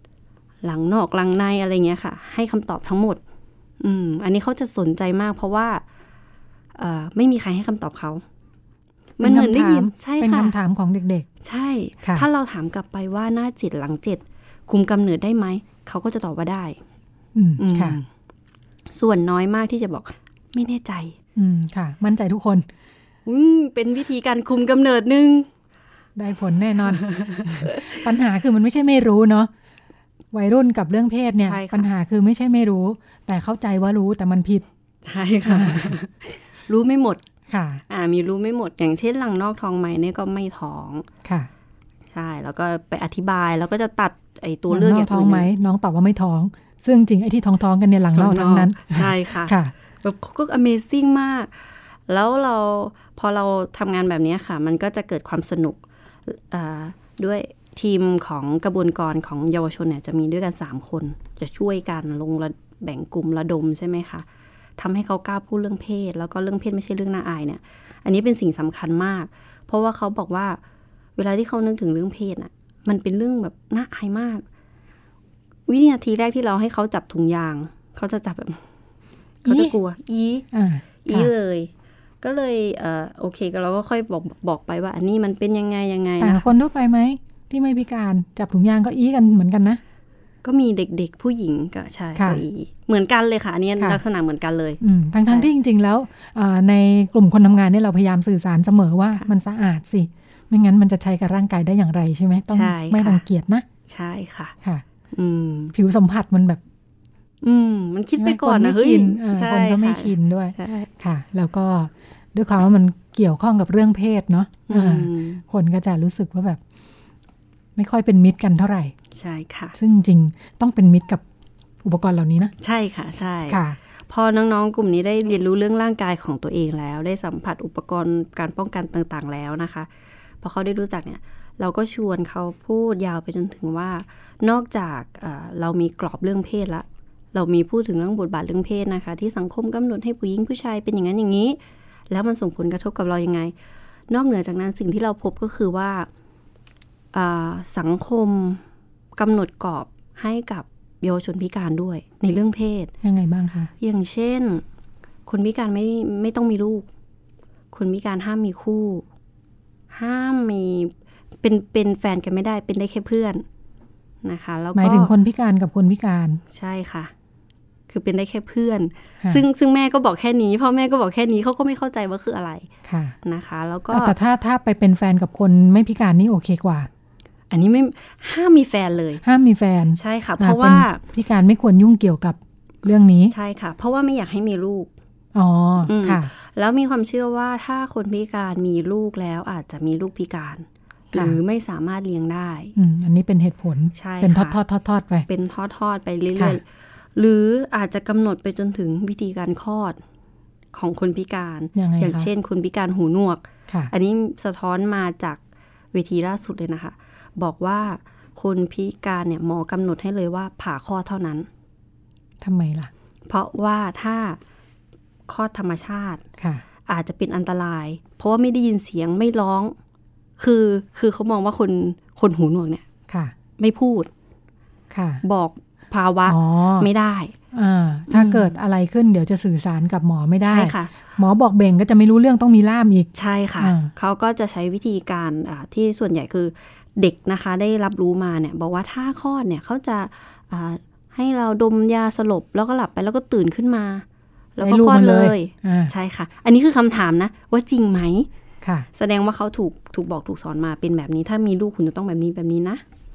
7หลังนอกหลังในอะไรเงี้ยค่ะให้คำตอบทั้งหมดอันนี้เขาจะสนใจมากเพราะว่าไม่มีใครให้คำตอบเขามันเหมือนได้ยินใช่ค่ะเป็นคำถามของเด็กๆใช่ถ้าเราถามกลับไปว่าหน้า7หลัง7คุมกำเนิดได้ไหมเขาก็จะตอบว่าได้ค่ะส่วนน้อยมากที่จะบอกไม่แน่ใจค่ะมั่นใจทุกคนเป็นวิธีการคุมกำเนิดนึงได้ผลแน่นอน ปัญหาคือมันไม่ใช่ไม่รู้เนาะวัยรุ่นกับเรื่องเพศเนี่ยปัญหาคือไม่ใช่ไม่รู้แต่เข้าใจว่ารู้แต่มันผิดใช่ค่ะ รู้ไม่หมดค่ะมีรู้ไม่หมดอย่างเช่นหลังนอกท้องไหมเนี่ยก็ไม่ท้องค่ะใช่แล้วก็ไปอธิบายแล้วก็จะตัดไอ้ตัวเลือกอย่างท้องไหมน้องตอบว่าไม่ท้องซึ่งจริงไอ้ที่ท้องกันเนี่ยหลังนอกทั้งนั้นใช่ค่ะแบบก็ Amazing มากแล้วพอเราทำงานแบบนี้ค่ะมันก็จะเกิดความสนุกด้วยทีมของกระบวนการของเยาวชนเนี่ยจะมีด้วยกัน3คนจะช่วยกันลงแบ่งกลุ่มระดมใช่ไหมคะทำให้เขากล้าพูดเรื่องเพศแล้วก็เรื่องเพศไม่ใช่เรื่องน่าอายเนี่ยอันนี้เป็นสิ่งสำคัญมากเพราะว่าเขาบอกว่าเวลาที่เขานึกถึงเรื่องเพศน่ะมันเป็นเรื่องแบบน่าอายมากวินาทีแรกที่เราให้เขาจับถุงยางเขาจะจับแบบเขาจะกลัวอีเลยก็เลยโอเคก็เราก็ค่อยบอกไปว่าอันนี้มันเป็นยังไงแต่คนทั่วไปไหมที่ไม่พิการจับถุงยางก็อีกันเหมือนกันนะก็มีเด็กๆผู้หญิงก็ใช่ก็อีเหมือนกันเลยค่ะอันนี้ลักษณะเหมือนกันเลยทั้งที่จริงๆแล้วในกลุ่มคนทำงานเนี่ยเราพยายามสื่อสารเสมอว่ามันสะอาดสิไม่งั้นมันจะใช้กับร่างกายได้อย่างไรใช่ไหมต้องไม่รังเกียจนะใช่ค่ะค่ะผิวสัมผัสมันแบบมันคิดไปก่อนนะเฮ้ยคนก็ไม่ชินด้วยค่ะแล้วก็ด้วยความว่ามันเกี่ยวข้องกับเรื่องเพศเนาะคนก็จะรู้สึกว่าแบบไม่ค่อยเป็นมิตรกันเท่าไหร่ใช่ค่ะซึ่งจริงต้องเป็นมิตรกับอุปกรณ์เหล่านี้นะใช่ค่ะใช่ค่ะพอน้องๆกลุ่มนี้ได้เรียนรู้เรื่องร่างกายของตัวเองแล้วได้สัมผัสอุปกรณ์การป้องกันต่างๆแล้วนะคะพอเขาได้รู้จักเนี่ยเราก็ชวนเขาพูดยาวไปจนถึงว่านอกจากเรามีกรอบเรื่องเพศละเรามีพูดถึงเรื่องบทบาทเรื่องเพศนะคะที่สังคมกำหนดให้ผู้หญิงผู้ชายเป็นอย่างนั้นอย่างนี้แล้วมันส่งผลกระทบกับเรายังไงนอกเหนือจากนั้นสิ่งที่เราพบก็คือว่าสังคมกำหนดกรอบให้กับเยาวชนพิการด้วยในเรื่องเพศยังไงบ้างคะอย่างเช่นคนพิการไม่ต้องมีลูกคนพิการห้ามมีคู่ห้ามมีเป็นแฟนกันไม่ได้เป็นได้แค่เพื่อนนะคะแล้วก็หมายถึงคนพิการกับคนพิการใช่ค่ะคือเป็นได้แค่เพื่อนซึ่งแม่ก็บอกแค่นี้พ่อแม่ก็บอกแค่นี้เขาก็ไม่เข้าใจว่าคืออะไรนะคะแล้วก็แต่ถ้าไปเป็นแฟนกับคนไม่พิการนี่โอเคกว่าอันนี้ไม่ห้ามมีแฟนเลยห้ามมีแฟนใช่ค่ะเพราะว่าพิการไม่ควรยุ่งเกี่ยวกับเรื่องนี้ใช่ค่ะเพราะว่าไม่อยากให้มีลูกค่ะแล้วมีความเชื่อว่าถ้าคนพิการมีลูกแล้วอาจจะมีลูกพิการหรือไม่สามารถเลี้ยงได้อันนี้เป็นเหตุผลเป็นทอดไปเป็นทอดไปเรื่อยๆหรืออาจจะกำหนดไปจนถึงวิธีการคลอดของคนพิการอย่างเช่นคนพิการหูหนวกอันนี้สะท้อนมาจากเวทีล่าสุดเลยนะคะบอกว่าคนพิการเนี่ยหมอกำหนดให้เลยว่าผ่าคลอดเท่านั้นทำไมล่ะเพราะว่าถ้าคลอดธรรมชาติอาจจะเป็นอันตรายเพราะว่าไม่ได้ยินเสียงไม่ร้องคือเขามองว่าคนหูหนวกเนี่ยไม่พูดบอกภาวะไม่ได้ถ้าเกิดอะไรขึ้นเดี๋ยวจะสื่อสารกับหมอไม่ได้หมอบอกเบ่งก็จะไม่รู้เรื่องต้องมีล่ามอีกใช่ค่ะเขาก็จะใช้วิธีการที่ส่วนใหญ่คือเด็กนะคะได้รับรู้มาเนี่ยบอกว่าถ้าคลอดเนี่ยเขาจะให้เราดมยาสลบแล้วก็หลับไปแล้วก็ตื่นขึ้นมาแล้วก็คลอดเลยใช่ค่ะอันนี้คือคำถามนะว่าจริงไหมแสดงว่าเขาถูกบอกถูกสอนมาเป็นแบบนี้ถ้ามีลูกคุณจะต้องแบบนี้นะ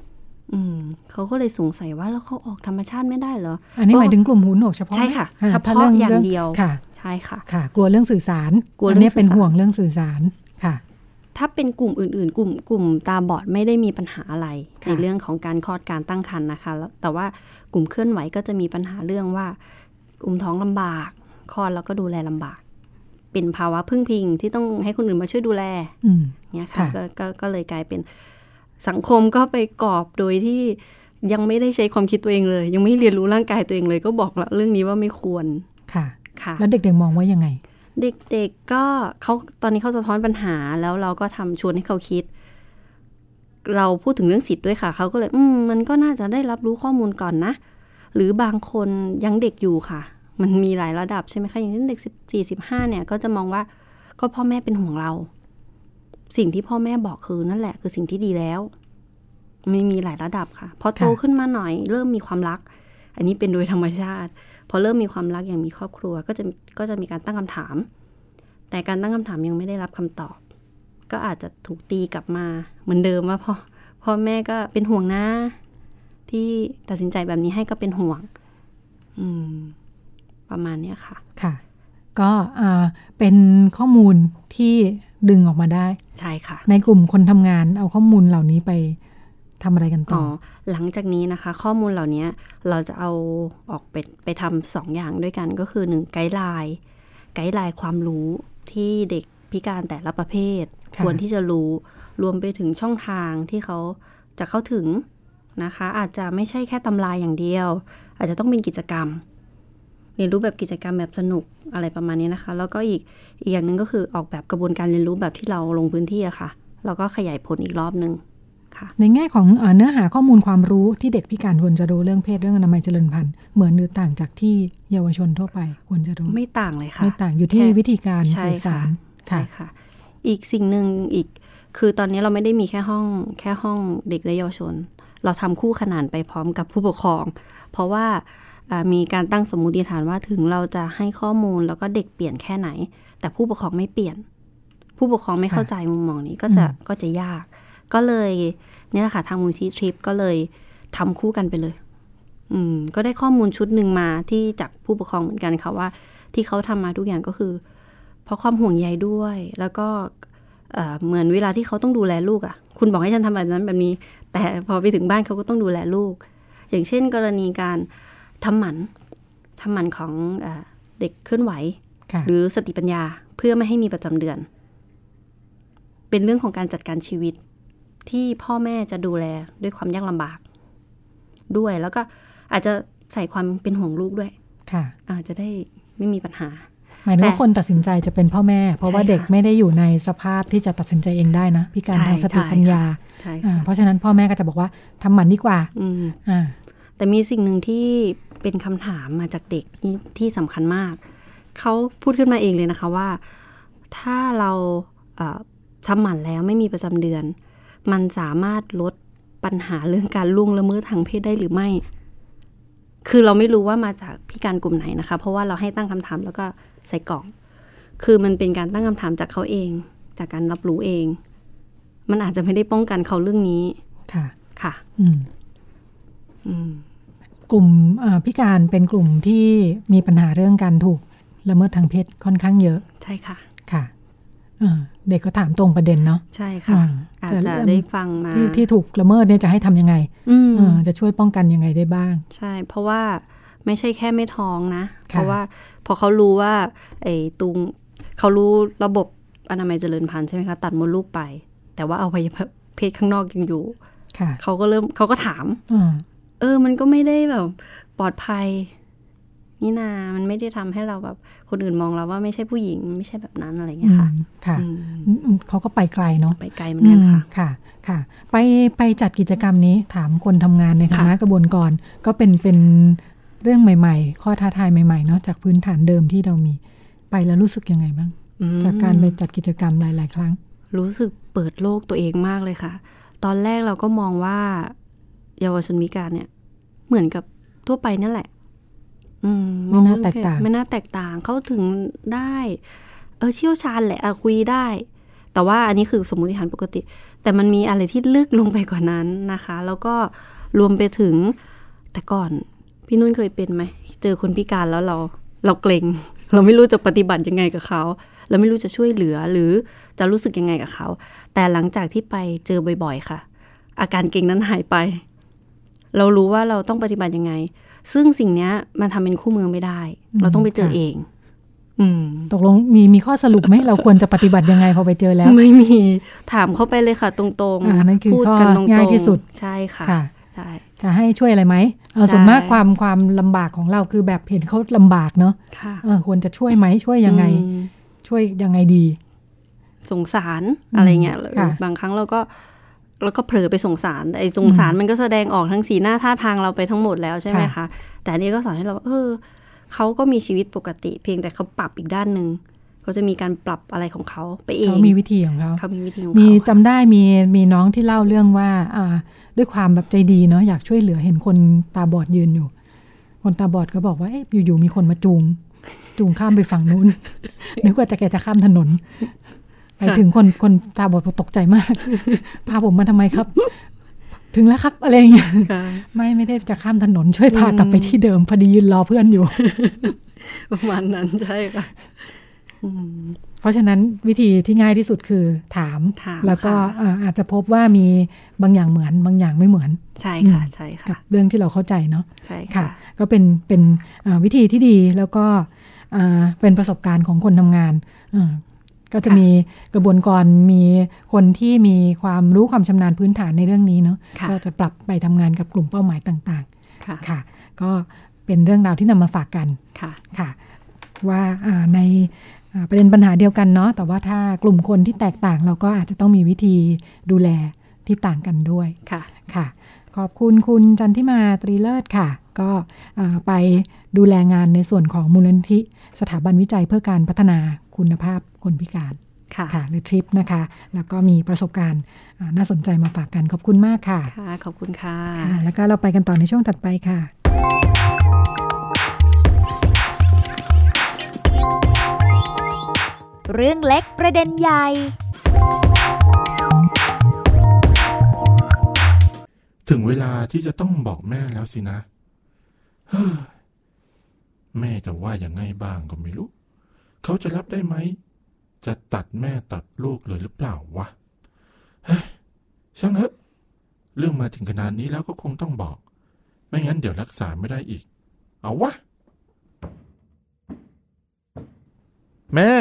เขาก็เลยสงสัยว่าแล้วเขาออกธรรมชาติไม่ได้เหรออันนี้หมายถึงกลุ่มหูหนวกเฉพาะใช่ค่ะเฉพาะอย่างเดียวค่ะใช่ค่ะค่ะกลัวเรื่องสื่อสารอันนี้เป็นห่วงเรื่องสื่อสารค่ะถ้าเป็นกลุ่มอื่นๆกลุ่มตาบอดไม่ได้มีปัญหาอะไรในเรื่องของการคลอดการตั้งครรภ์นะคะแต่ว่ากลุ่มเคลื่อนไหวก็จะมีปัญหาเรื่องว่าอุ้มท้องลำบากคลอดแล้วก็ดูแลลำบากเป็นภาวะพึ่งพิงที่ต้องให้คนอื่นมาช่วยดูแลเนี่ยค่ะก็เลยกลายเป็นสังคมก็ไปกรอบโดยที่ยังไม่ได้ใช้ความคิดตัวเองเลยยังไม่เรียนรู้ร่างกายตัวเองเลยก็บอกแล้วเรื่องนี้ว่าไม่ควรค่ะแล้วเด็กๆมองว่ายังไงเด็กๆก็เขาตอนนี้เขาสะท้อนปัญหาแล้วเราก็ชวนให้เขาคิดเราพูดถึงเรื่องสิทธิ์ด้วยค่ะเขาก็เลยมันก็น่าจะได้รับรู้ข้อมูลก่อนนะหรือบางคนยังเด็กอยู่ค่ะมันมีหลายระดับใช่ไหมคะอย่างเช่นเด็ก14-15เนี่ยก็จะมองว่าก็พ่อแม่เป็นห่วงเราสิ่งที่พ่อแม่บอกคือนั่นแหละคือสิ่งที่ดีแล้วไม่มีหลายระดับค่ะพอโตขึ้นมาหน่อยเริ่มมีความรักอันนี้เป็นโดยธรรมชาติพอเริ่มมีความรักอย่างมีครอบครัวก็จะมีการตั้งคำถามแต่การตั้งคำถามยังไม่ได้รับคำตอบก็อาจจะถูกตีกลับมาเหมือนเดิมว่าพ่อแม่ก็เป็นห่วงนะที่ตัดสินใจแบบนี้ให้ก็เป็นห่วงประมาณนี้ค่ะค่ะก็เป็นข้อมูลที่ดึงออกมาได้ใช่ค่ะในกลุ่มคนทำงานเอาข้อมูลเหล่านี้ไปทำอะไรกันต่อหลังจากนี้นะคะข้อมูลเหล่านี้เราจะเอาออกไปทำ2อย่างด้วยกันก็คือ1ไกด์ไลน์ความรู้ที่เด็กพิการแต่ละประเภทควรที่จะรู้รวมไปถึงช่องทางที่เขาจะเข้าถึงนะคะอาจจะไม่ใช่แค่ตำราอย่างเดียวอาจจะต้องเป็นกิจกรรมเรียนรู้แบบกิจกรรมแบบสนุกอะไรประมาณนี้นะคะแล้วก็อีกอย่างหนึ่งก็คือออกแบบกระบวนการเรียนรู้แบบที่เราลงพื้นที่อะค่ะแล้วก็ขยายผลอีกรอบนึงในแง่ของเนื้อหาข้อมูลความรู้ที่เด็กพิการควรจะรู้เรื่องเพศเรื่องอนามัยเจริญพันธุ์เหมือนหรือต่างจากที่เยาวชนทั่วไปควรจะรู้ไม่ต่างเลยค่ะไม่ต่างอยู่ที่วิธีการสื่อสารใช่ค่ะอีกสิ่งหนึ่งอีกคือตอนนี้เราไม่ได้มีแค่ห้องเด็กและเยาวชนเราทำคู่ขนานไปพร้อมกับผู้ปกครองเพราะว่ามีการตั้งสมมุติฐานว่าถึงเราจะให้ข้อมูลแล้วก็เด็กเปลี่ยนแค่ไหนแต่ผู้ปกครองไม่เปลี่ยนผู้ปกครองไม่เข้าใจมุมมองนี้ก็จะยากก็เลยนี่แหละค่ะทางมูลที่ทริปก็เลยทำคู่กันไปเลยก็ได้ข้อมูลชุดหนึ่งมาที่จากผู้ปกครองเหมือนกันค่ะว่าที่เขาทำมาทุกอย่างก็คือเพราะความห่วงใยด้วยแล้วก็เหมือนเวลาที่เขาต้องดูแลลูกอ่ะคุณบอกให้ฉันทำแบบนั้นแบบนี้แต่พอไปถึงบ้านเขาก็ต้องดูแลลูกอย่างเช่นกรณีการทำหมันของเด็กเคลื่อนไหวหรือสติปัญญาเพื่อไม่ให้มีประจำเดือนเป็นเรื่องของการจัดการชีวิตที่พ่อแม่จะดูแลด้วยความยากลำบากด้วยแล้วก็อาจจะใส่ความเป็นห่วงลูกด้วยค่ะอาจจะได้ไม่มีปัญหาหมายถึงว่าคนตัดสินใจจะเป็นพ่อแม่เพราะว่าเด็กไม่ได้อยู่ในสภาพที่จะตัดสินใจเองได้นะพิการทางสติปัญญาเพราะฉะนั้นพ่อแม่ก็จะบอกว่าทำหมันดีกว่าแต่มีสิ่งหนึ่งที่เป็นคำถามมาจากเด็กที่สำคัญมากเขาพูดขึ้นมาเองเลยนะคะว่าถ้าเราทำหมันแล้วไม่มีประจำเดือนมันสามารถลดปัญหาเรื่องการล่วงละเมิดทางเพศได้หรือไม่คือเราไม่รู้ว่ามาจากพิการกลุ่มไหนนะคะเพราะว่าเราให้ตั้งคำถามแล้วก็ใส่กล่องคือมันเป็นการตั้งคำถามจากเขาเองจากการรับรู้เองมันอาจจะไม่ได้ป้องกันเขาเรื่องนี้ค่ะกลุ่มพิการเป็นกลุ่มที่มีปัญหาเรื่องการถูกละเมิดทางเพศค่อนข้างเยอะใช่ค่ะค่ะเด็กก็ถามตรงประเด็นเนาะใช่ค่ะอาจจะได้ฟังมาที่ถูกละเมิดเนี่ยจะให้ทำยังไงจะช่วยป้องกันยังไงได้บ้างใช่เพราะว่าไม่ใช่แค่ไม่ท้องนะเพราะว่าพอเขารู้ว่าเขารู้ระบบอนามัยเจริญพันธุ์ใช่ไหมคะตัดมดลูกไปแต่ว่าเอาไปเพศข้างนอกยังอยู่เขาก็ถามมันก็ไม่ได้แบบปลอดภัยนี่นามันไม่ได้ทำให้เราแบบคนอื่นมองเราว่าไม่ใช่ผู้หญิงไม่ใช่แบบนั้นอะไรเงี้ยค่ะค่ะเขาก็ไปไกลเนาะไปไกลเหมือนกันค่ะค่ะไปจัดกิจกรรมนี้ถามคนทำงานในคณะกระบวนการก็เป็นเรื่องใหม่ๆข้อท้าทายใหม่ๆเนาะจากพื้นฐานเดิมที่เรามีไปแล้วรู้สึกยังไงบ้างจากการไปจัดกิจกรรมหลายๆครั้งรู้สึกเปิดโลกตัวเองมากเลยค่ะตอนแรกเราก็มองว่าเยาวชนพิการเนี่ยเหมือนกับทั่วไปนั่นแหละไม่น่าแตกต่างเข้าถึงได้เชี่ยวชาญแหละคุยได้แต่ว่าอันนี้คือสมมุติฐานปกติแต่มันมีอะไรที่ลึกลงไปกว่านั้นนะคะแล้วก็รวมไปถึงแต่ก่อนพี่นุ่นเคยเป็นไหมเจอคนพิการแล้วเราเกรงเราไม่รู้จะปฏิบัติยังไงกับเขาเราไม่รู้จะช่วยเหลือหรือจะรู้สึกยังไงกับเขาแต่หลังจากที่ไปเจอบ่อยๆค่ะอาการเกรงนั้นหายไปเรารู้ว่าเราต้องปฏิบัติยังไงซึ่งสิ่งนี้มันทำเป็นคู่มือไม่ได้เราต้องไปเจอเองตกลงมีข้อสรุปไหม เราควรจะปฏิบัติยังไงพอไปเจอแล้วไม่มีถามเข้าไปเลยค่ะตรงๆพูดกันตรงๆง่ายที่สุดใช่ค่ะใช่จะให้ช่วยอะไรไหมส่วนมากความลำบากของเราคือแบบเห็นเขาลำบากเนาะควรจะช่วยไหมช่วยยังไงช่วยยังไงดีสงสารอะไรเงี้ยบางครั้งเราก็เผลอไปสงสารไอ้สงสารมันก็แสดงออกทั้งสีหน้าท่าทางเราไปทั้งหมดแล้วใช่ไหมคะแต่อันนี้ก็สอนให้เราเขาก็มีชีวิตปกติเพียงแต่เขาปรับอีกด้านนึงเขาจะมีการปรับอะไรของเขาไปเองเขามีวิธีของเขามีจำได้มีน้องที่เล่าเรื่องว่าด้วยความแบบใจดีเนาะอยากช่วยเหลือเห็นคนตาบอดยืนอยู่คนตาบอดก็บอกว่าอยู่ๆมีคนมาจูงข้ามไปฝั่งนู้น นึกว่าแกจะข้ามถนนไปถึงคนตาบอดตกใจมากพาผมมาทำไมครับถึงแล้วครับอะไรอย่างเงี้ยไม่ได้จะข้ามถนนช่วยพากลับไปที่เดิมพอดียืนรอเพื่อนอยู่ประมาณนั้นใช่ค่ะเพราะฉะนั้นวิธีที่ง่ายที่สุดคือถามแล้วก็อาจจะพบว่ามีบางอย่างเหมือนบางอย่างไม่เหมือนใช่ค่ะใช่ค่ะกับเรื่องที่เราเข้าใจเนาะใช่ค่ะก็เป็นวิธีที่ดีแล้วก็เป็นประสบการณ์ของคนทำงานก็จะมีกระบวนการมีคนที่มีความรู้ความชำนาญพื้นฐานในเรื่องนี้เนาะก็จะปรับไปทำงานกับกลุ่มเป้าหมายต่างๆค่ะก็เป็นเรื่องราวที่นำมาฝากกันค่ะว่าในประเด็นปัญหาเดียวกันเนาะแต่ว่าถ้ากลุ่มคนที่แตกต่างเราก็อาจจะต้องมีวิธีดูแลที่ต่างกันด้วยค่ะขอบคุณคุณจันทิมาตรีเลิศค่ะก็ไปดูแลงานในส่วนของมูลนิธิสถาบันวิจัยเพื่อการพัฒนาคุณภาพคนพิการค่ะหรือทริปนะคะแล้วก็มีประสบการณ์น่าสนใจมาฝากกันขอบคุณมากค่ะขอบคุณค่ะแล้วก็เราไปกันต่อในช่วงถัดไปค่ะเรื่องเล็กประเด็นใหญ่ถึงเวลาที่จะต้องบอกแม่แล้วสินะแม่จะว่ายังไงบ้างก็ไม่รู้เขาจะรับได้ไหมจะตัดแม่ตัดลูกเลยหรือเปล่าวะช่างเถอะเรื่องมาถึงขนาดนี้แล้วก็คงต้องบอกไม่งั้นเดี๋ยวรักษาไม่ได้อีกเอาวะแม่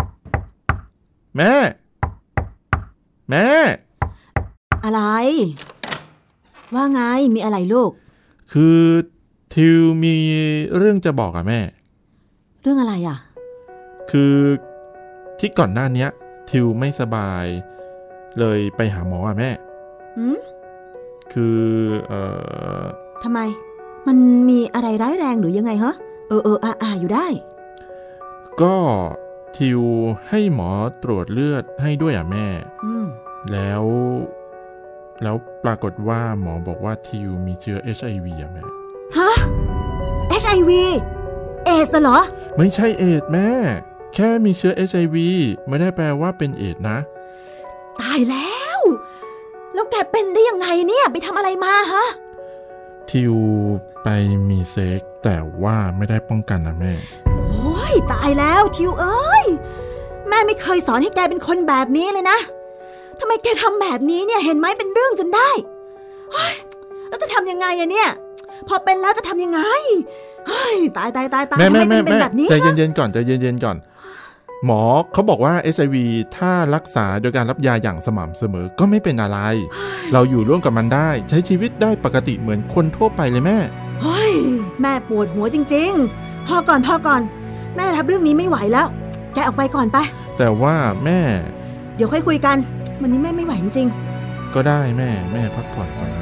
อะไรว่าไงมีอะไรลูกคือทิวมีเรื่องจะบอกอะแม่เรื่องอะไรอ่ะคือที่ก่อนหน้านี้ทิวไม่สบายเลยไปหาหมออะแม่คือทำไมมันมีอะไรร้ายแรงหรือยังไงฮะอยู่ได้ก็ทิวให้หมอตรวจเลือดให้ด้วยอ่ะแม่แล้วปรากฏว่าหมอบอกว่าทิวมีเชื้อ HIV อ่ะแม่ฮะ HIV เอดส์เหรอไม่ใช่เอดส์แม่แค่มีเชื้อ HIV ไม่ได้แปลว่าเป็นเอดส์นะตายแล้วแกเป็นได้ยังไงเนี่ยไปทำอะไรมาฮะทิวไปมีเซ็กแต่ว่าไม่ได้ป้องกันนะแม่โอ้ยตายแล้วทิวเอ้ยแม่ไม่เคยสอนให้แกเป็นคนแบบนี้เลยนะทำไมแกทำแบบนี้เนี่ยเห็นไหมเป็นเรื่องจนได้แล้วจะทำยังไงอะเนี่ยพอเป็นแล้วจะทำยังไงตายทำไมเป็นแบบนี้ใจเย็นๆก่อนหมอเขาบอกว่า HIV ถ้ารักษาโดยการรับยาอย่างสม่ำเสมอก็ไม่เป็นอะไรเราอยู่ร่วมกับมันได้ใช้ชีวิตได้ปกติเหมือนคนทั่วไปเลยแม่แม่ปวดหัวจริงๆพอก่อนแม่รับเรื่องนี้ไม่ไหวแล้วแกออกไปก่อนไปแต่ว่าแม่เดี๋ยวค่อยคุยกันวันนี้แม่ไม่ไหวจริงๆก็ได้แม่พักผ่อนก่อน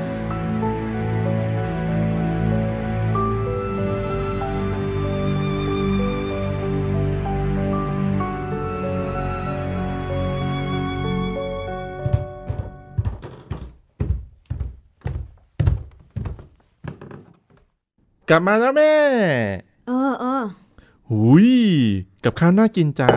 กลับมาแล้วแม่หุยกับข้าวน่ากินจัง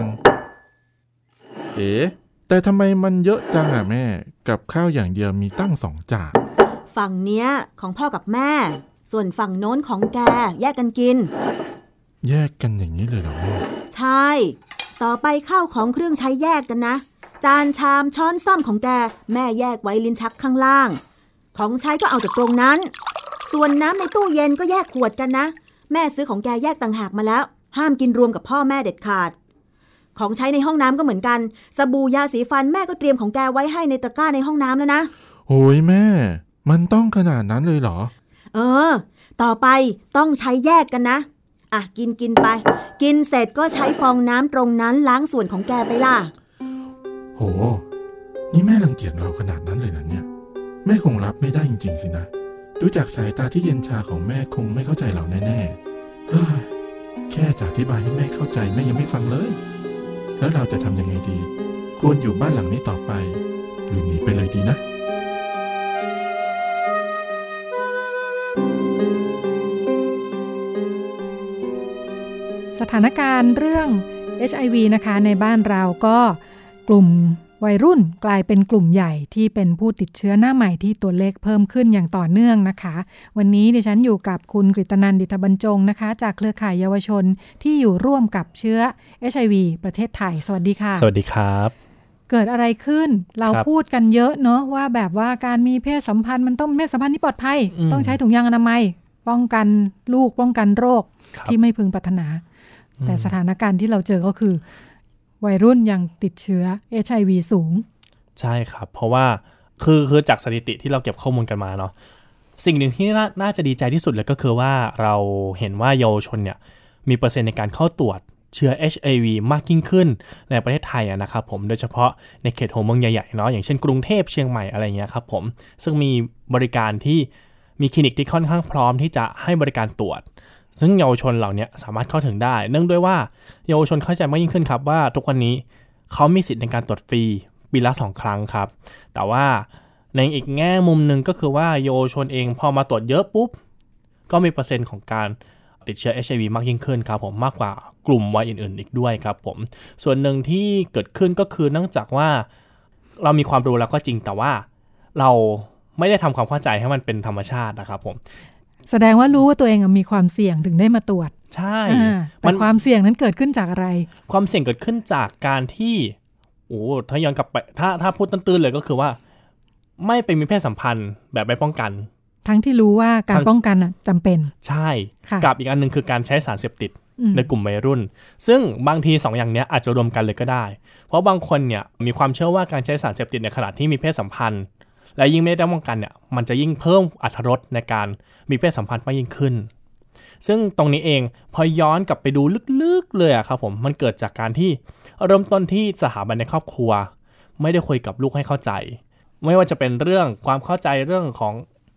แต่ทำไมมันเยอะจังอ่ะแม่กับข้าวอย่างเดียวมีตั้ง2 จานฝั่งเนี้ยของพ่อกับแม่ส่วนฝั่งโน้นของแกแยกกันกินแยกกันอย่างนี้เลยเหรอแม่ใช่ต่อไปข้าวของเครื่องใช้แยกกันนะจานชามช้อนส้อมของแกแม่แยกไว้ลิ้นชักข้างล่างของใช้ก็เอาจากตรงนั้นส่วนน้ำในตู้เย็นก็แยกขวดกันนะแม่ซื้อของแกแยกต่างหากมาแล้วห้ามกินรวมกับพ่อแม่เด็ดขาดของใช้ในห้องน้ำก็เหมือนกันสบู่ยาสีฟันแม่ก็เตรียมของแกไว้ให้ในตะกร้าในห้องน้ำแล้วนะโอ้ยแม่มันต้องขนาดนั้นเลยเหรอต่อไปต้องใช้แยกกันนะอ่ะกินไปกินเสร็จก็ใช้ฟองน้ำตรงนั้นล้างส่วนของแกไปล่ะโหนี่แม่รังเกียจเราขนาดนั้นเลยนะเนี่ยแม่คงรับไม่ได้จริงๆสินะดูจากสายตาที่เย็นชาของแม่คงไม่เข้าใจเราแน่ๆแค่จะอธิบายให้แม่เข้าใจแม่ยังไม่ฟังเลยแล้วเราจะทำยังไงดีควรอยู่บ้านหลังนี้ต่อไปหรือหนีไปเลยดีนะสถานการณ์เรื่อง HIV นะคะในบ้านเราก็กลุ่มวัยรุ่นกลายเป็นกลุ่มใหญ่ที่เป็นผู้ติดเชื้อหน้าใหม่ที่ตัวเลขเพิ่มขึ้นอย่างต่อเนื่องนะคะวันนี้ดิฉันอยู่กับคุณกฤตนันท์ ดิษฐบรรจงนะคะจากเครือข่ายเยาวชนที่อยู่ร่วมกับเชื้อ HIV ประเทศไทยสวัสดีค่ะสวัสดีครับเกิดอะไรขึ้นเราพูดกันเยอะเนาะว่าแบบว่าการมีเพศสัมพันธ์มันต้องเพศสัมพันธ์ที่ปลอดภัยต้องใช้ถุงยางอนามัยป้องกันลูกป้องกันโรคที่ไม่พึงปรารถนาแต่สถานการณ์ที่เราเจอก็คือวัยรุ่นยังติดเชื้อ HIV สูงใช่ครับเพราะว่าคือจากสถิติที่เราเก็บข้อมูลกันมาเนาะสิ่งหนึ่งที่น่าจะดีใจที่สุดเลยก็คือว่าเราเห็นว่าเยาวชนเนี่ยมีเปอร์เซ็นต์ในการเข้าตรวจเชื้อ HIV มากยิ่งขึ้นในประเทศไทยนะครับผมโดยเฉพาะในเขตหัวเมืองใหญ่ๆเนาะอย่างเช่นกรุงเทพเชียงใหม่อะไรเงี้ยครับผมซึ่งมีบริการที่มีคลินิกที่ค่อนข้างพร้อมที่จะให้บริการตรวจซึ่งเยาวชนเหล่านี้สามารถเข้าถึงได้เนื่องด้วยว่าเยาวชนเข้าใจมากยิ่งขึ้นครับว่าทุกวันนี้เขามีสิทธิ์ในการตรวจฟรีปีละ2 ครั้งครับแต่ว่าในอีกแง่มุมนึงก็คือว่าเยาวชนเองพอมาตรวจเยอะปุ๊บก็มีเปอร์เซ็นต์ของการติดเชื้อ HIV มากยิ่งขึ้นครับผมมากกว่ากลุ่มวัยอื่นๆอีกด้วยครับผมส่วนหนึ่งที่เกิดขึ้นก็คือเนื่องจากว่าเรามีความรู้แล้วก็จริงแต่ว่าเราไม่ได้ทำความเข้าใจให้มันเป็นธรรมชาตินะครับผมแสดงว่ารู้ว่าตัวเองมีความเสี่ยงถึงได้มาตรวจใช่แต่ความเสี่ยงนั้นเกิดขึ้นจากอะไรความเสี่ยงเกิดขึ้นจากการที่ถ้าย้อนกลับไปถ้าพูดตื้นๆเลยก็คือว่าไม่ไปมีเพศสัมพันธ์แบบไม่ป้องกันทั้งที่รู้ว่าการป้องกันจำเป็นใช่กับอีกอันนึงคือการใช้สารเสพติดในกลุ่มวัยรุ่นซึ่งบางที2 อย่างนี้อาจจะรวมกันเลยก็ได้เพราะบางคนเนี่ยมีความเชื่อว่าการใช้สารเสพติดในขณะที่มีเพศสัมพันธ์และยิ่งไม่ได้ป้องกันเนี่ยมันจะยิ่งเพิ่มอรรถรสในการมีเพศสัมพันธ์มากยิ่งขึ้นซึ่งตรงนี้เองพอย้อนกลับไปดูลึกๆเลยอะครับผมมันเกิดจากการที่เริ่มต้นที่สถาบันในครอบครัวไม่ได้คุยกับลูกให้เข้าใจไม่ว่าจะเป็นเรื่องความเข้าใจเรื่องของ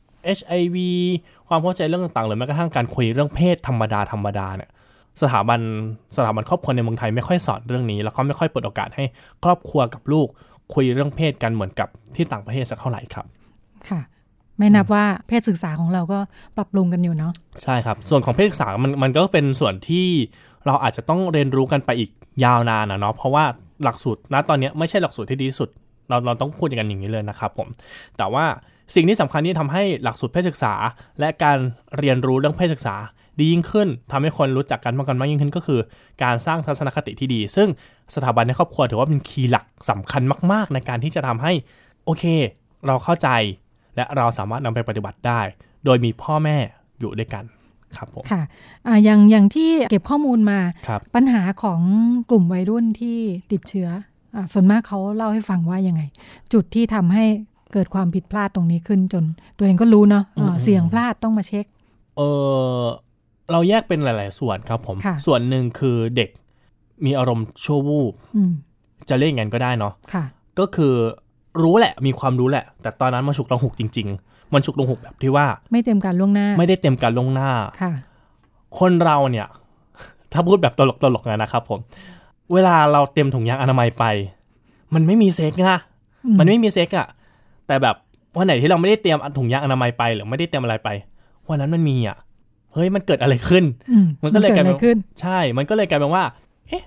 HIV ความเข้าใจเรื่องต่างๆหรือแม้กระทั่งการคุยเรื่องเพศธรรมดาเนี่ยสถาบันครอบครัวในเมืองไทยไม่ค่อยสอนเรื่องนี้แล้วก็ไม่ค่อยเปิดโอกาสให้ครอบครัวกับลูกคุยเรื่องเพศกันเหมือนกับที่ต่างประเทศสักเท่าไหร่ครับค่ะไม่นับว่าเพศศึกษาของเราก็ปรับปรุงกันอยู่เนาะใช่ครับส่วนของเพศศึกษามันก็เป็นส่วนที่เราอาจจะต้องเรียนรู้กันไปอีกยาวนานนะเนาะเพราะว่าหลักสูตรณตอนนี้ไม่ใช่หลักสูตรที่ดีที่สุดเราต้องพูดกันอย่างนี้เลยนะครับผมแต่ว่าสิ่งที่สำคัญที่ทำให้หลักสูตรเพศศึกษาและการเรียนรู้เรื่องเพศศึกษาดียิ่งขึ้นทำให้คนรู้จักกันมากยิ่งขึ้นก็คือการสร้างทัศนคติที่ดีซึ่งสถาบันในครอบครัวถือว่าเป็นคีย์หลักสำคัญมากๆในการที่จะทำให้โอเคเราเข้าใจและเราสามารถนำไปปฏิบัติได้โดยมีพ่อแม่อยู่ด้วยกันครับผมค่ะอย่างที่เก็บข้อมูลมาปัญหาของกลุ่มวัยรุ่นที่ติดเชื้อส่วนมากเขาเล่าให้ฟังว่ายังไงจุดที่ทำให้เกิดความผิดพลาดตรงนี้ขึ้นจนตัวเองก็รู้เนาะเสี่ยงพลาดต้องมาเช็คเราแยกเป็นหลายๆส่วนครับผมส่วนหนึ่งคือเด็กมีอารมณ์ชั่ววูบจะเรียกอย่างนั้นก็ได้เนาะก็คือรู้แหละมีความรู้แหละแต่ตอนนั้นมันฉุกละหุกจริงๆมันฉุกละหุกแบบที่ว่าไม่เต็มการล่วงหน้าไม่ได้เต็มการล่วงหน้าคนเราเนี่ยถ้าพูดแบบตลกๆนะครับผมเวลาเราเตรียมถุงยางอนามัยไปมันไม่มีเซ็กนะมันไม่มีเซ็กอะแต่แบบวันไหนที่เราไม่ได้เตรียมถุงยางอนามัยไปหรือไม่ได้เตรียมอะไรไปวันนั้นมันมีอะเฮ้ยมันเกิดอะไรขึ้นมันก็เลยกลายเป็นใช่มันก็เลยกลายเป็นว่าเอ๊ะ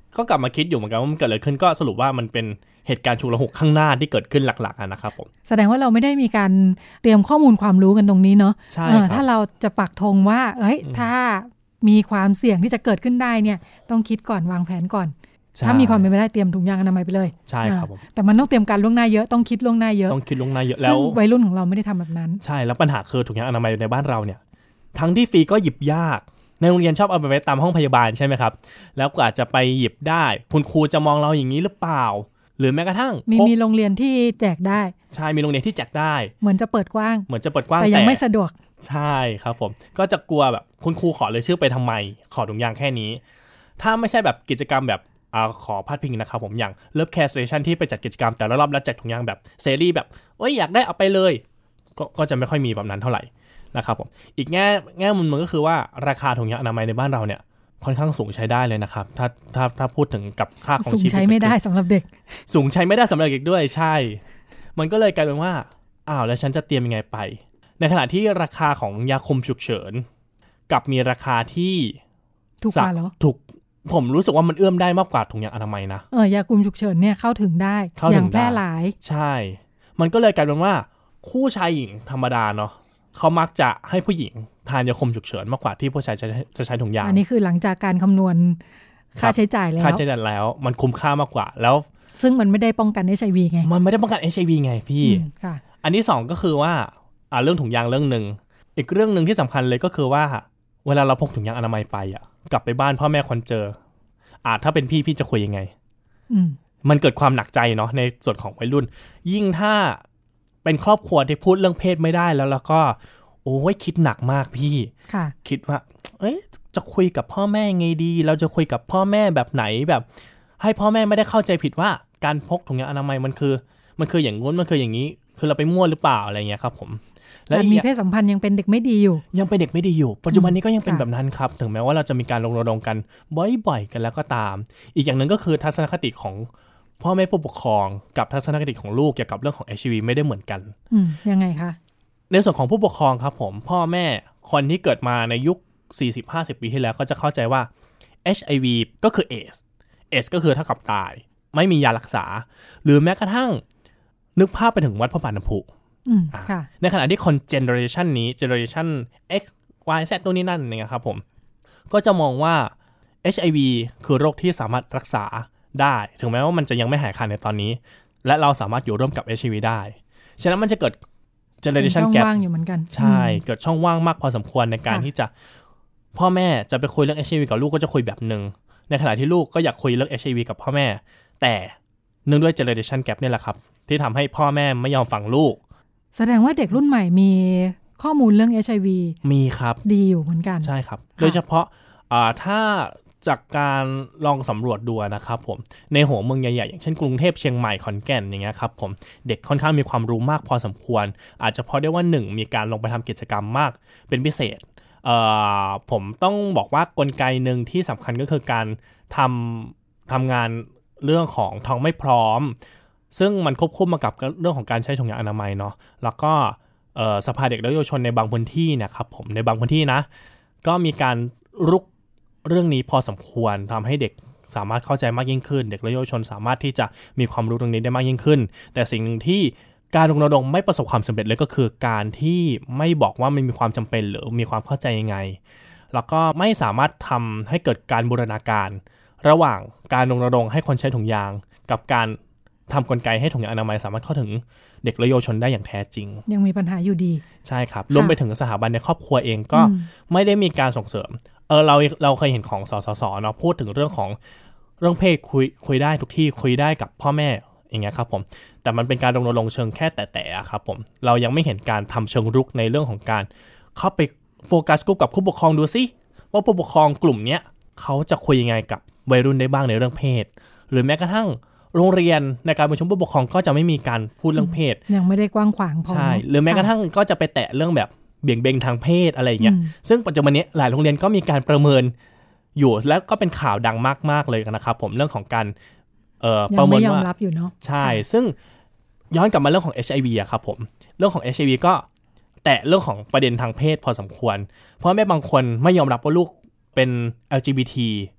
ก็กลับมาคิดอยู่เหมือนกันว่ามันเกิดอะไรขึ้นก็สรุปว่ามันเป็นเหตุการณ์ฉุกละหุกข้างหน้าที่เกิดขึ้นหลักๆนะครับผมแสดงว่าเราไม่ได้มีการเตรียมข้อมูลความรู้กันตรงนี้เนาะใช่ถ้าเราจะปักธงว่าถ้ามีความเสี่ยงที่จะเกิดขึ้นได้เนี่ยต้องคิดก่อนวางแผนก่อนถ้ามีความเป็นไปได้เตรียมถุงยางอนามัยไปเลยใช่ครับผมแต่มันต้องเตรียมการล่วงหน้าเยอะต้องคิดล่วงหน้าเยอะแล้ววัยรุ่นของเราไม่ได้ทำแบบนั้นใช่แล้วปัญหาคือถุงยางอนามัยในบ้านเราเนี่ยทั้งที่ฟรีก็หยิบยากในโรงเรียนชอบเอาไปไว้ตามห้องพยาบาลใช่ไหมครับแล้วกว่าจะไปหยิบได้คุณครูจะมองเราอย่างนี้หรือเปล่าหรือแม้กระทั่งมีโรงเรียนที่แจกได้ใช่มีโรงเรียนที่แจกได้เหมือนจะเปิดกว้างแต่ยังไม่สะดวกใช่ครับผมก็จะกลัวแบบคุณครูขอเลยชื่อไปทำไมขอถุงยางแค่นี้ถ้าไม่ใช่แบบกิจกรรมแบบขอพาดพิงนะครับผมอย่าง Love Care Station ที่ไปจัดกิจกรรมแต่ละรอบแล้วแจกถุงยางแบบเสรีแบบอยากได้เอาไปเลยก็จะไม่ค่อยมีแบบนั้นเท่าไหร่นะครับผมอีกแง่มุมนึงก็คือว่าราคาถุงยางอนามัยในบ้านเราเนี่ยค่อนข้างสูงใช้ได้เลยนะครับถ้าพูดถึงกับค่าของชีพสูงใช้ไม่ได้สำหรับเด็กสูงใช้ไม่ได้สำหรับเด็กด้วยใช่มันก็เลยกลายเป็นว่าแล้วฉันจะเตรียมยังไงไปในขณะที่ราคาของยาคุมฉุกเฉินกับมีราคาที่ถูกกว่าเหรอถูกผมรู้สึกว่ามันเอื้อมได้มากกว่าถุงยางอนามัยนะยาคุมฉุกเฉินเนี่ยเข้าถึงได้อย่างแพร่หลายใช่มันก็เลยกลายเป็นว่าคู่ชายหญิงธรรมดาเนาะเขามักจะให้ผู้หญิงทานยาคุมฉุกเฉินมากกว่าที่ผู้ชายจะใช้ถุงยางอันนี้คือหลังจากการคำนวณค่าใช้จ่ายแล้วมันคุ้มค่ามากกว่าแล้วซึ่งมันไม่ได้ป้องกัน HIV ไงมันไม่ได้ป้องกัน HIV ไงพี่อันที่2ก็คือว่าเรื่องถุงยางเรื่องนึงอีกเรื่องนึงที่สำคัญเลยก็คือว่าเวลาเราพกถุงยางอนามัยไปกลับไปบ้านพ่อแม่คนเจอถ้าเป็นพี่จะคุยยังไงมันเกิดความหนักใจเนาะในส่วนของวัยรุ่นยิ่งถ้าเป็นครอบครัวที่พูดเรื่องเพศไม่ได้แล้วก็คิดหนักมากพี่คิดว่าจะคุยกับพ่อแม่ไงดีเราจะคุยกับพ่อแม่แบบไหนแบบให้พ่อแม่ไม่ได้เข้าใจผิดว่าการพกถุงยางอนามัยมันคืออย่างงู้นมันคืออย่างนี้คือเราไปมั่วหรือเปล่าอะไรเงี้ยครับผมและมีเพศสัมพันธ์ยังเป็นเด็กไม่ดีอยู่ปัจจุบันนี้ก็ยังเป็นแบบนั้นครับถึงแม้ว่าเราจะมีการรณรงค์กันบ่อยๆกันแล้วก็ตามอีกอย่างนึงก็คือทัศนคติของพ่อแม่ผู้ปกครองกับทัศนคติของลูกเกี่ยวกับเรื่องของ HIV ไม่ได้เหมือนกันยังไงคะในส่วนของผู้ปกครองครับผมพ่อแม่คนที่เกิดมาในยุค 40-50 ปีที่แล้วก็จะเข้าใจว่า HIV ก็คือ AIDS ก็คือเท่ากับตายไม่มียารักษาหรือแม้กระทั่งนึกภาพไปถึงวัดพระบาทน้ำพุในขณะที่คนเจเนอเรชันนี้เจเนอเรชัน X Y Z ตัวนี้นั่นเนี่ยครับผมก็จะมองว่า HIV คือโรคที่สามารถรักษาได้ถึงแม้ว่ามันจะยังไม่หายขาดในตอนนี้และเราสามารถอยู่ร่วมกับ HIV ได้ฉะนั้นมันจะเกิด generation gap ช่องว่างอยู่เหมือนกันใช่เกิดช่องว่างมากพอสมควรในการที่จะพ่อแม่จะไปคุยเรื่อง HIV กับลูกก็จะคุยแบบนึงในขณะที่ลูกก็อยากคุยเรื่อง HIV กับพ่อแม่แต่เนื่องด้วย generation gap นี่แหละครับที่ทำให้พ่อแม่ไม่ยอมฟังลูกแสดงว่าเด็กรุ่นใหม่มีข้อมูลเรื่อง HIV มีครับดีอยู่เหมือนกันใช่ครับโดยเฉพาะถ้าจากการลองสำรวจดูนะครับผมในหัวเมืองใหญ่ๆอย่างเช่นกรุงเทพเชียงใหม่ขอนแก่นอย่างเงี้ยครับผมเด็กค่อนข้างมีความรู้มากพอสมควรอาจจะเพราะได้ว่า1มีการลงไปทำกิจกรรมมากเป็นพิเศษผมต้องบอกว่ากลไกนึงที่สำคัญก็คือการทำงานเรื่องของท้องไม่พร้อมซึ่งมันควบคู่มากับเรื่องของการใช้ถุงยางอนามัยเนาะแล้วก็สภาเด็กและเยาวชนในบางพื้นที่นะครับผมในบางพื้นที่นะก็มีการรุกเรื่องนี้พอสมควรทำให้เด็กสามารถเข้าใจมากยิ่งขึ้นเด็กและเยาวชนสามารถที่จะมีความรู้ตรงนี้ได้มากยิ่งขึ้นแต่สิ่งนึงที่การรณรงค์ไม่ประสบความสำเร็จเลยก็คือการที่ไม่บอกว่ามันมีความจำเป็นหรือมีความเข้าใจยังไงแล้วก็ไม่สามารถทำให้เกิดการบูรณาการระหว่างการรณรงค์ให้คนใช้ถุงยางกับการทำกลไกให้ถุงยางอนามัยสามารถเข้าถึงเด็กและเยาวชนได้อย่างแท้จริงยังมีปัญหาอยู่ดีใช่ครับรวมไปถึงสถาบันในครอบครัวเองก็ไม่ได้มีการส่งเสริมเราเคยเห็นของสสเนาะพูดถึงเรื่องเพศคุยได้ทุกที่คุยได้กับพ่อแม่อย่างเงี้ยครับผมแต่มันเป็นการรณรงค์เชิงแค่แต่ครับผมเรายังไม่เห็นการทำเชิงรุกในเรื่องของการเข้าไปโฟกัสกลุ่มกับผู้ปกครองดูซิว่าผู้ปกครองกลุ่มเนี้ยเขาจะคุยยังไงกับวัยรุ่นได้บ้างในเรื่องเพศหรือแม้กระทั่งโรงเรียนในการประชุมผู้ปกครองก็จะไม่มีการพูดเรื่องเพศยังไม่ได้กว้างขวางพอใช่หรือแม้กระทั่งก็จะไปแตะเรื่องแบบเบี่ยงเบนทางเพศอะไรอย่างเงี้ยซึ่งปัจจุบันนี้หลายโรงเรียนก็มีการประเมินอยู่แล้วก็เป็นข่าวดังมากๆเลยนะครับผมเรื่องของการประเมินว่ายอมรับอยู่เนาะใช่ซึ่งย้อนกลับมาเรื่องของ HIV อะครับผมเรื่องของ HIV ก็แตะเรื่องของประเด็นทางเพศพอสมควรเพราะแม่บางคนไม่ยอมรับว่าลูกเป็น LGBT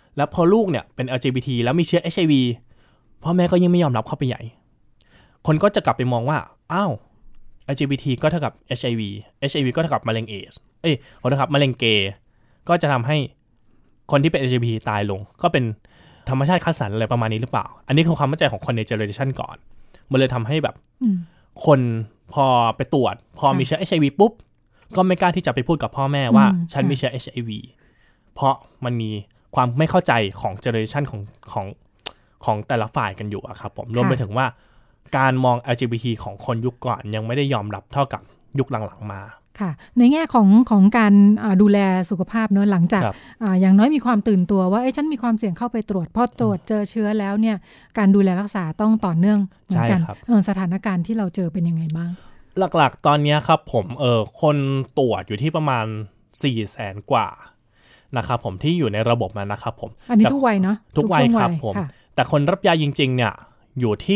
แล้วพอลูกเนี่ยเป็น LGBT แล้วมีเชื้อ HIV พ่อแม่ก็ยังไม่ยอมรับเข้าไปใหญ่คนก็จะกลับไปมองว่าอ้าว LGBT ก็เท่ากับ HIV ก็เท่ากับมะเร็งเอดส์ขอโทษครับมะเร็งเกย์ก็จะทำให้คนที่เป็น LGBT ตายลงก็เป็นธรรมชาติคัดสรรอะไรประมาณนี้หรือเปล่าอันนี้คือความเข้าใจของคนในเจเนอเรชันก่อนมันเลยทำให้แบบคนพอไปตรวจพอมีเชื้อ HIV ปุ๊บก็ไม่กล้าที่จะไปพูดกับพ่อแม่ว่าฉันมีเชื้อ HIV เพราะมันมีความไม่เข้าใจของเจเนอเรชันของแต่ละฝ่ายกันอยู่อะครับผมรวมไปถึงว่าการมอง LGBT ของคนยุคก่อนยังไม่ได้ยอมรับเท่ากับยุคหลังๆมาค่ะในแง่ของการดูแลสุขภาพเนอะหลังจากอย่างน้อยมีความตื่นตัวว่าฉันมีความเสี่ยงเข้าไปตรวจพอตรวจเจอเชื้อแล้วเนี่ยการดูแลรักษาต้องต่อเนื่องเหมือนกันสถานการณ์ที่เราเจอเป็นยังไงบ้างหลักๆตอนนี้ครับผมคนตรวจอยู่ที่ประมาณ 400,000 กว่านะครับผมที่อยู่ในระบบนั้นนะครับผมอันนี้ทุกวัยเนาะทุกวัยครับผมแต่คนรับยาจริงๆเนี่ยอยู่ที่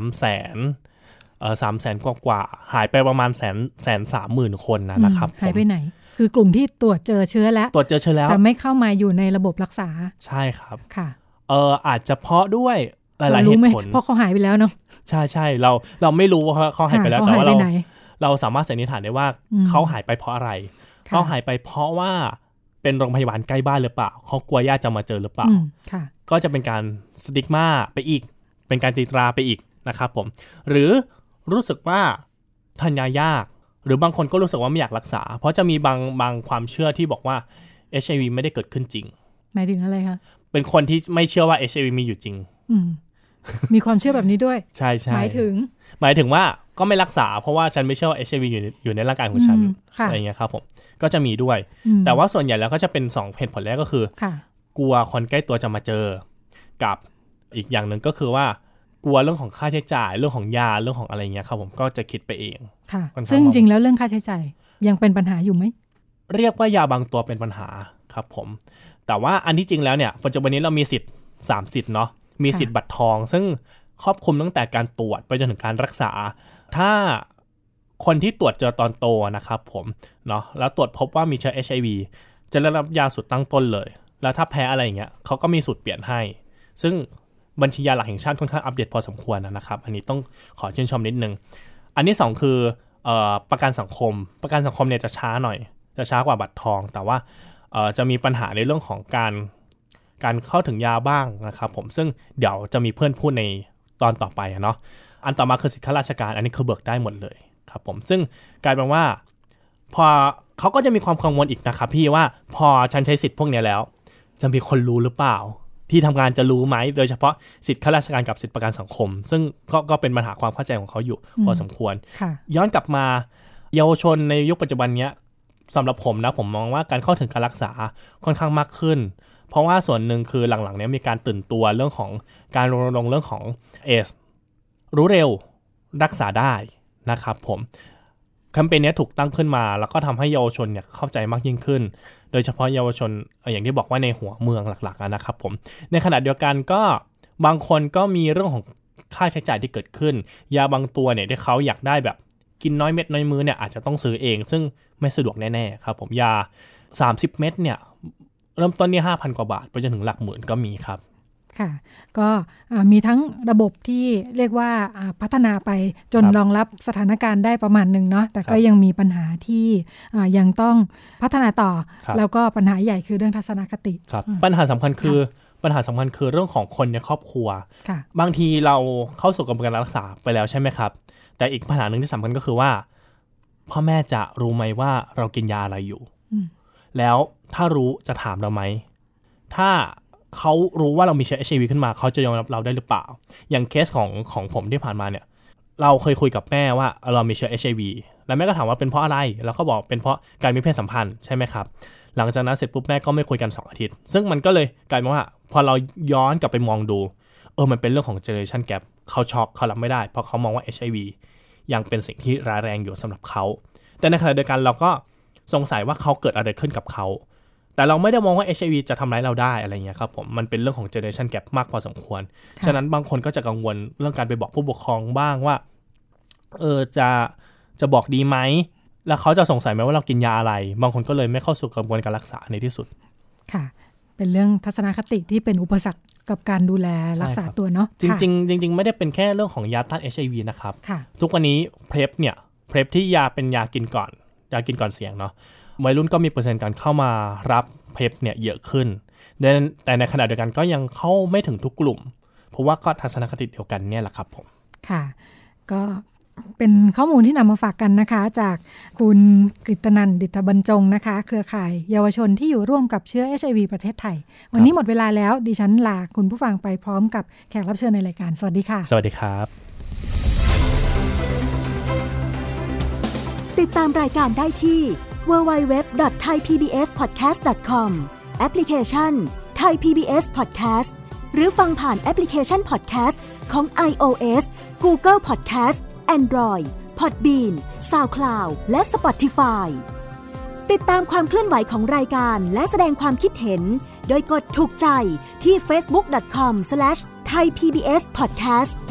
300,000 กว่าหายไปประมาณ130,000 คนนะครับหายไปไหนคือกลุ่มที่ตรวจเจอเชื้อแล้วแต่ไม่เข้ามาอยู่ในระบบรักษาใช่ครับค่ะอาจจะเพราะด้วยหลายๆเหตุผลเพราะเขาหายไปแล้วเนาะใช่ๆเราไม่รู้ว่าเขาหายไปแล้วแต่ว่าเราสามารถสันนิษฐานได้ว่าเขาหายไปเพราะอะไรเขาหายไปเพราะว่าเป็นโรงพยาบาลใกล้บ้านหรือเปล่าเขากลัวญาติจะมาเจอหรือเปล่าก็จะเป็นการสติ๊กมาไปอีกเป็นการตีตราไปอีกนะครับผมหรือรู้สึกว่าทานยายากหรือบางคนก็รู้สึกว่าไม่อยากรักษาเพราะจะมีบางความเชื่อที่บอกว่า HIV ไม่ได้เกิดขึ้นจริงหมายถึงอะไรคะเป็นคนที่ไม่เชื่อว่า HIV มีอยู่จริงมีความเชื่อแบบนี้ด้วยใช่หมายถึงว่าก็ไม่รักษาเพราะว่าฉันไม่เชื่อว่า HIV อยู่ในร่างกายของฉันอะไรอย่างเงี้ยครับผมก็จะมีด้วยแต่ว่าส่วนใหญ่แล้วก็จะเป็น2เหตุผลแรกก็คือกลัวคนใกล้ตัวจะมาเจอกับอีกอย่างนึงก็คือว่ากลัวเรื่องของค่าใช้จ่ายเรื่องของยาเรื่องของอะไรเงี้ยครับผมก็จะคิดไปเองค่ะซึ่งจริงแล้วเรื่องค่าใช้จ่ายยังเป็นปัญหาอยู่ไหมเรียกว่ายาบางตัวเป็นปัญหาครับผมแต่ว่าอันที่จริงแล้วเนี่ยปัจจุบันนี้เรามีสิทธิ์3สิทธิ์เนาะมีสิทธิ์บัตรทองซึ่งครอบคลุมตั้งแต่การตรวจไปจนถึงการรักษาถ้าคนที่ตรวจเจอตอนโตนะครับผมเนาะแล้วตรวจพบว่ามีเชื้อ HIV จะได้รับยาสูตรตั้งต้นเลยแล้วถ้าแพ้อะไรอย่างเงี้ยเขาก็มีสูตรเปลี่ยนให้ซึ่งบัญชียาหลักแห่งชาติค่อนข้างอัปเดตพอสมควรนะครับอันนี้ต้องขอชื่นชมนิดนึงอันที่2คือประกันสังคมเนี่ยจะช้าหน่อยจะช้ากว่าบัตรทองแต่ว่าจะมีปัญหาในเรื่องของการเข้าถึงยาบ้างนะครับผมซึ่งเดี๋ยวจะมีเพื่อนพูดในตอนต่อไปเนาะอันต่อมาคือสิทธิข้าราชการอันนี้คือเบิกได้หมดเลยครับผมซึ่งกลายเป็นว่าพอเขาก็จะมีความกังวลอีกนะครับพี่ว่าพอฉันใช้สิทธิ์พวกนี้แล้วจะมีคนรู้หรือเปล่าที่ทำงานจะรู้ไหมโดยเฉพาะสิทธิข้าราชการกับสิทธิประกันสังคมซึ่งก็เป็นปัญหาความเข้าใจของเขาอยู่พอสมควรย้อนกลับมาเยาวชนในยุคปัจจุบันนี้สำหรับผมนะผมมองว่าการเข้าถึงการรักษาค่อนข้างมากขึ้นเพราะว่าส่วนหนึ่งคือหลังๆนี้มีการตื่นตัวเรื่องของการรณรงค์เรื่องของเอดส์รู้เร็วรักษาได้นะครับผมแคมเปญนี้ถูกตั้งขึ้นมาแล้วก็ทำให้เยาวชนเนี่ยเข้าใจมากยิ่งขึ้นโดยเฉพาะเยาวชนอย่างที่บอกว่าในหัวเมืองหลักๆนะครับผมในขณะเดียวกันก็บางคนก็มีเรื่องของค่าใช้จ่ายที่เกิดขึ้นยาบางตัวเนี่ยที่เขาอยากได้แบบกินน้อยเม็ดน้อยมื้อเนี่ยอาจจะต้องซื้อเองซึ่งไม่สะดวกแน่ๆครับผมยา30เม็ดเนี่ยเริ่มต้นนี่ 5,000 กว่าบาทไปจนถึงหลักหมื่นก็มีครับค่ะก็มีทั้งระบบที่เรียกว่าพัฒนาไปจนรองรับสถานการณ์ได้ประมาณนึงเนาะแต่ก็ยังมีปัญหาที่ยังต้องพัฒนาต่อแล้วก็ปัญหาใหญ่คือเรื่องทัศนคติปัญหาสำคัญคือเรื่องของคนในครอบครัวบางทีเราเข้าสู่กระบวนการรักษาไปแล้วใช่ไหมครับแต่อีกปัญหาหนึ่งที่สำคัญก็คือว่าพ่อแม่จะรู้ไหมว่าเรากินยาอะไรอยู่แล้วถ้ารู้จะถามเราไหมถ้าเขารู้ว่าเรามีเชื้อ HIV ขึ้นมาเขาจะยอมรับเราได้หรือเปล่าอย่างเคสของผมที่ผ่านมาเนี่ยเราเคยคุยกับแม่ว่าเรามีเชื้อ HIV แล้วแม่ก็ถามว่าเป็นเพราะอะไรแล้วก็บอกเป็นเพราะการมีเพศสัมพันธ์ใช่ไหมครับหลังจากนั้นเสร็จปุ๊บแม่ก็ไม่คุยกัน2 อาทิตย์ซึ่งมันก็เลยกลายเป็นว่าพอเราย้อนกลับไปมองดูมันเป็นเรื่องของ generation gap เขาช็อกเขารับไม่ได้เพราะเขามองว่า HIV ยังเป็นสิ่งที่ร้ายแรงอยู่สำหรับเขาแต่ในขณะเดียวกันเราก็สงสัยว่าเขาเกิดอะไรขึ้นกับเขาแต่เราไม่ได้มองว่า HIV จะทำร้ายเราได้อะไรเงี้ยครับผมมันเป็นเรื่องของ generation gap มากพอสมควรฉะนั้นบางคนก็จะกังวลเรื่องการไปบอกผู้ปกครองบ้างว่าจะบอกดีไหมแล้วเขาจะสงสัยไหมว่าเรากินยาอะไรบางคนก็เลยไม่เข้าสู่กระบวนการรักษาในที่สุดค่ะเป็นเรื่องทัศนคติที่เป็นอุปสรรคกับการดูแลรักษาตัวเนาะจริงไม่ได้เป็นแค่เรื่องของยาต้าน HIV นะครับทุกวันนี้เพลฟที่ยาเป็นยากินก่อนเสี่ยงเนาะวัยรุ่นก็มีเปอร์เซ็นต์การเข้ามารับเพลฟเนี่ยเยอะขึ้นแต่ในขณะเดียวกันก็ยังเข้าไม่ถึงทุกกลุ่มเพราะว่าก็ทัศนคติเดียวกันเนี่ยแหละครับผมค่ะก็เป็นข้อมูลที่นำมาฝากกันนะคะจากคุณกฤตนันท์ดิษฐบรรจงนะคะเครือข่ายเยาวชนที่อยู่ร่วมกับเชื้อ HIV ประเทศไทยวันนี้หมดเวลาแล้วดิฉันลาคุณผู้ฟังไปพร้อมกับแขกรับเชิญในรายการสวัสดีค่ะสวัสดีครับติดตามรายการได้ที่ www.thaipbspodcast.com แอปพลิเคชัน Thai PBS Podcast หรือฟังผ่านแอปพลิเคชัน Podcast ของ iOS Google Podcast Android Podbean SoundCloud และ Spotify ติดตามความเคลื่อนไหวของรายการและแสดงความคิดเห็นโดยกดถูกใจที่ facebook.com/thaipbspodcast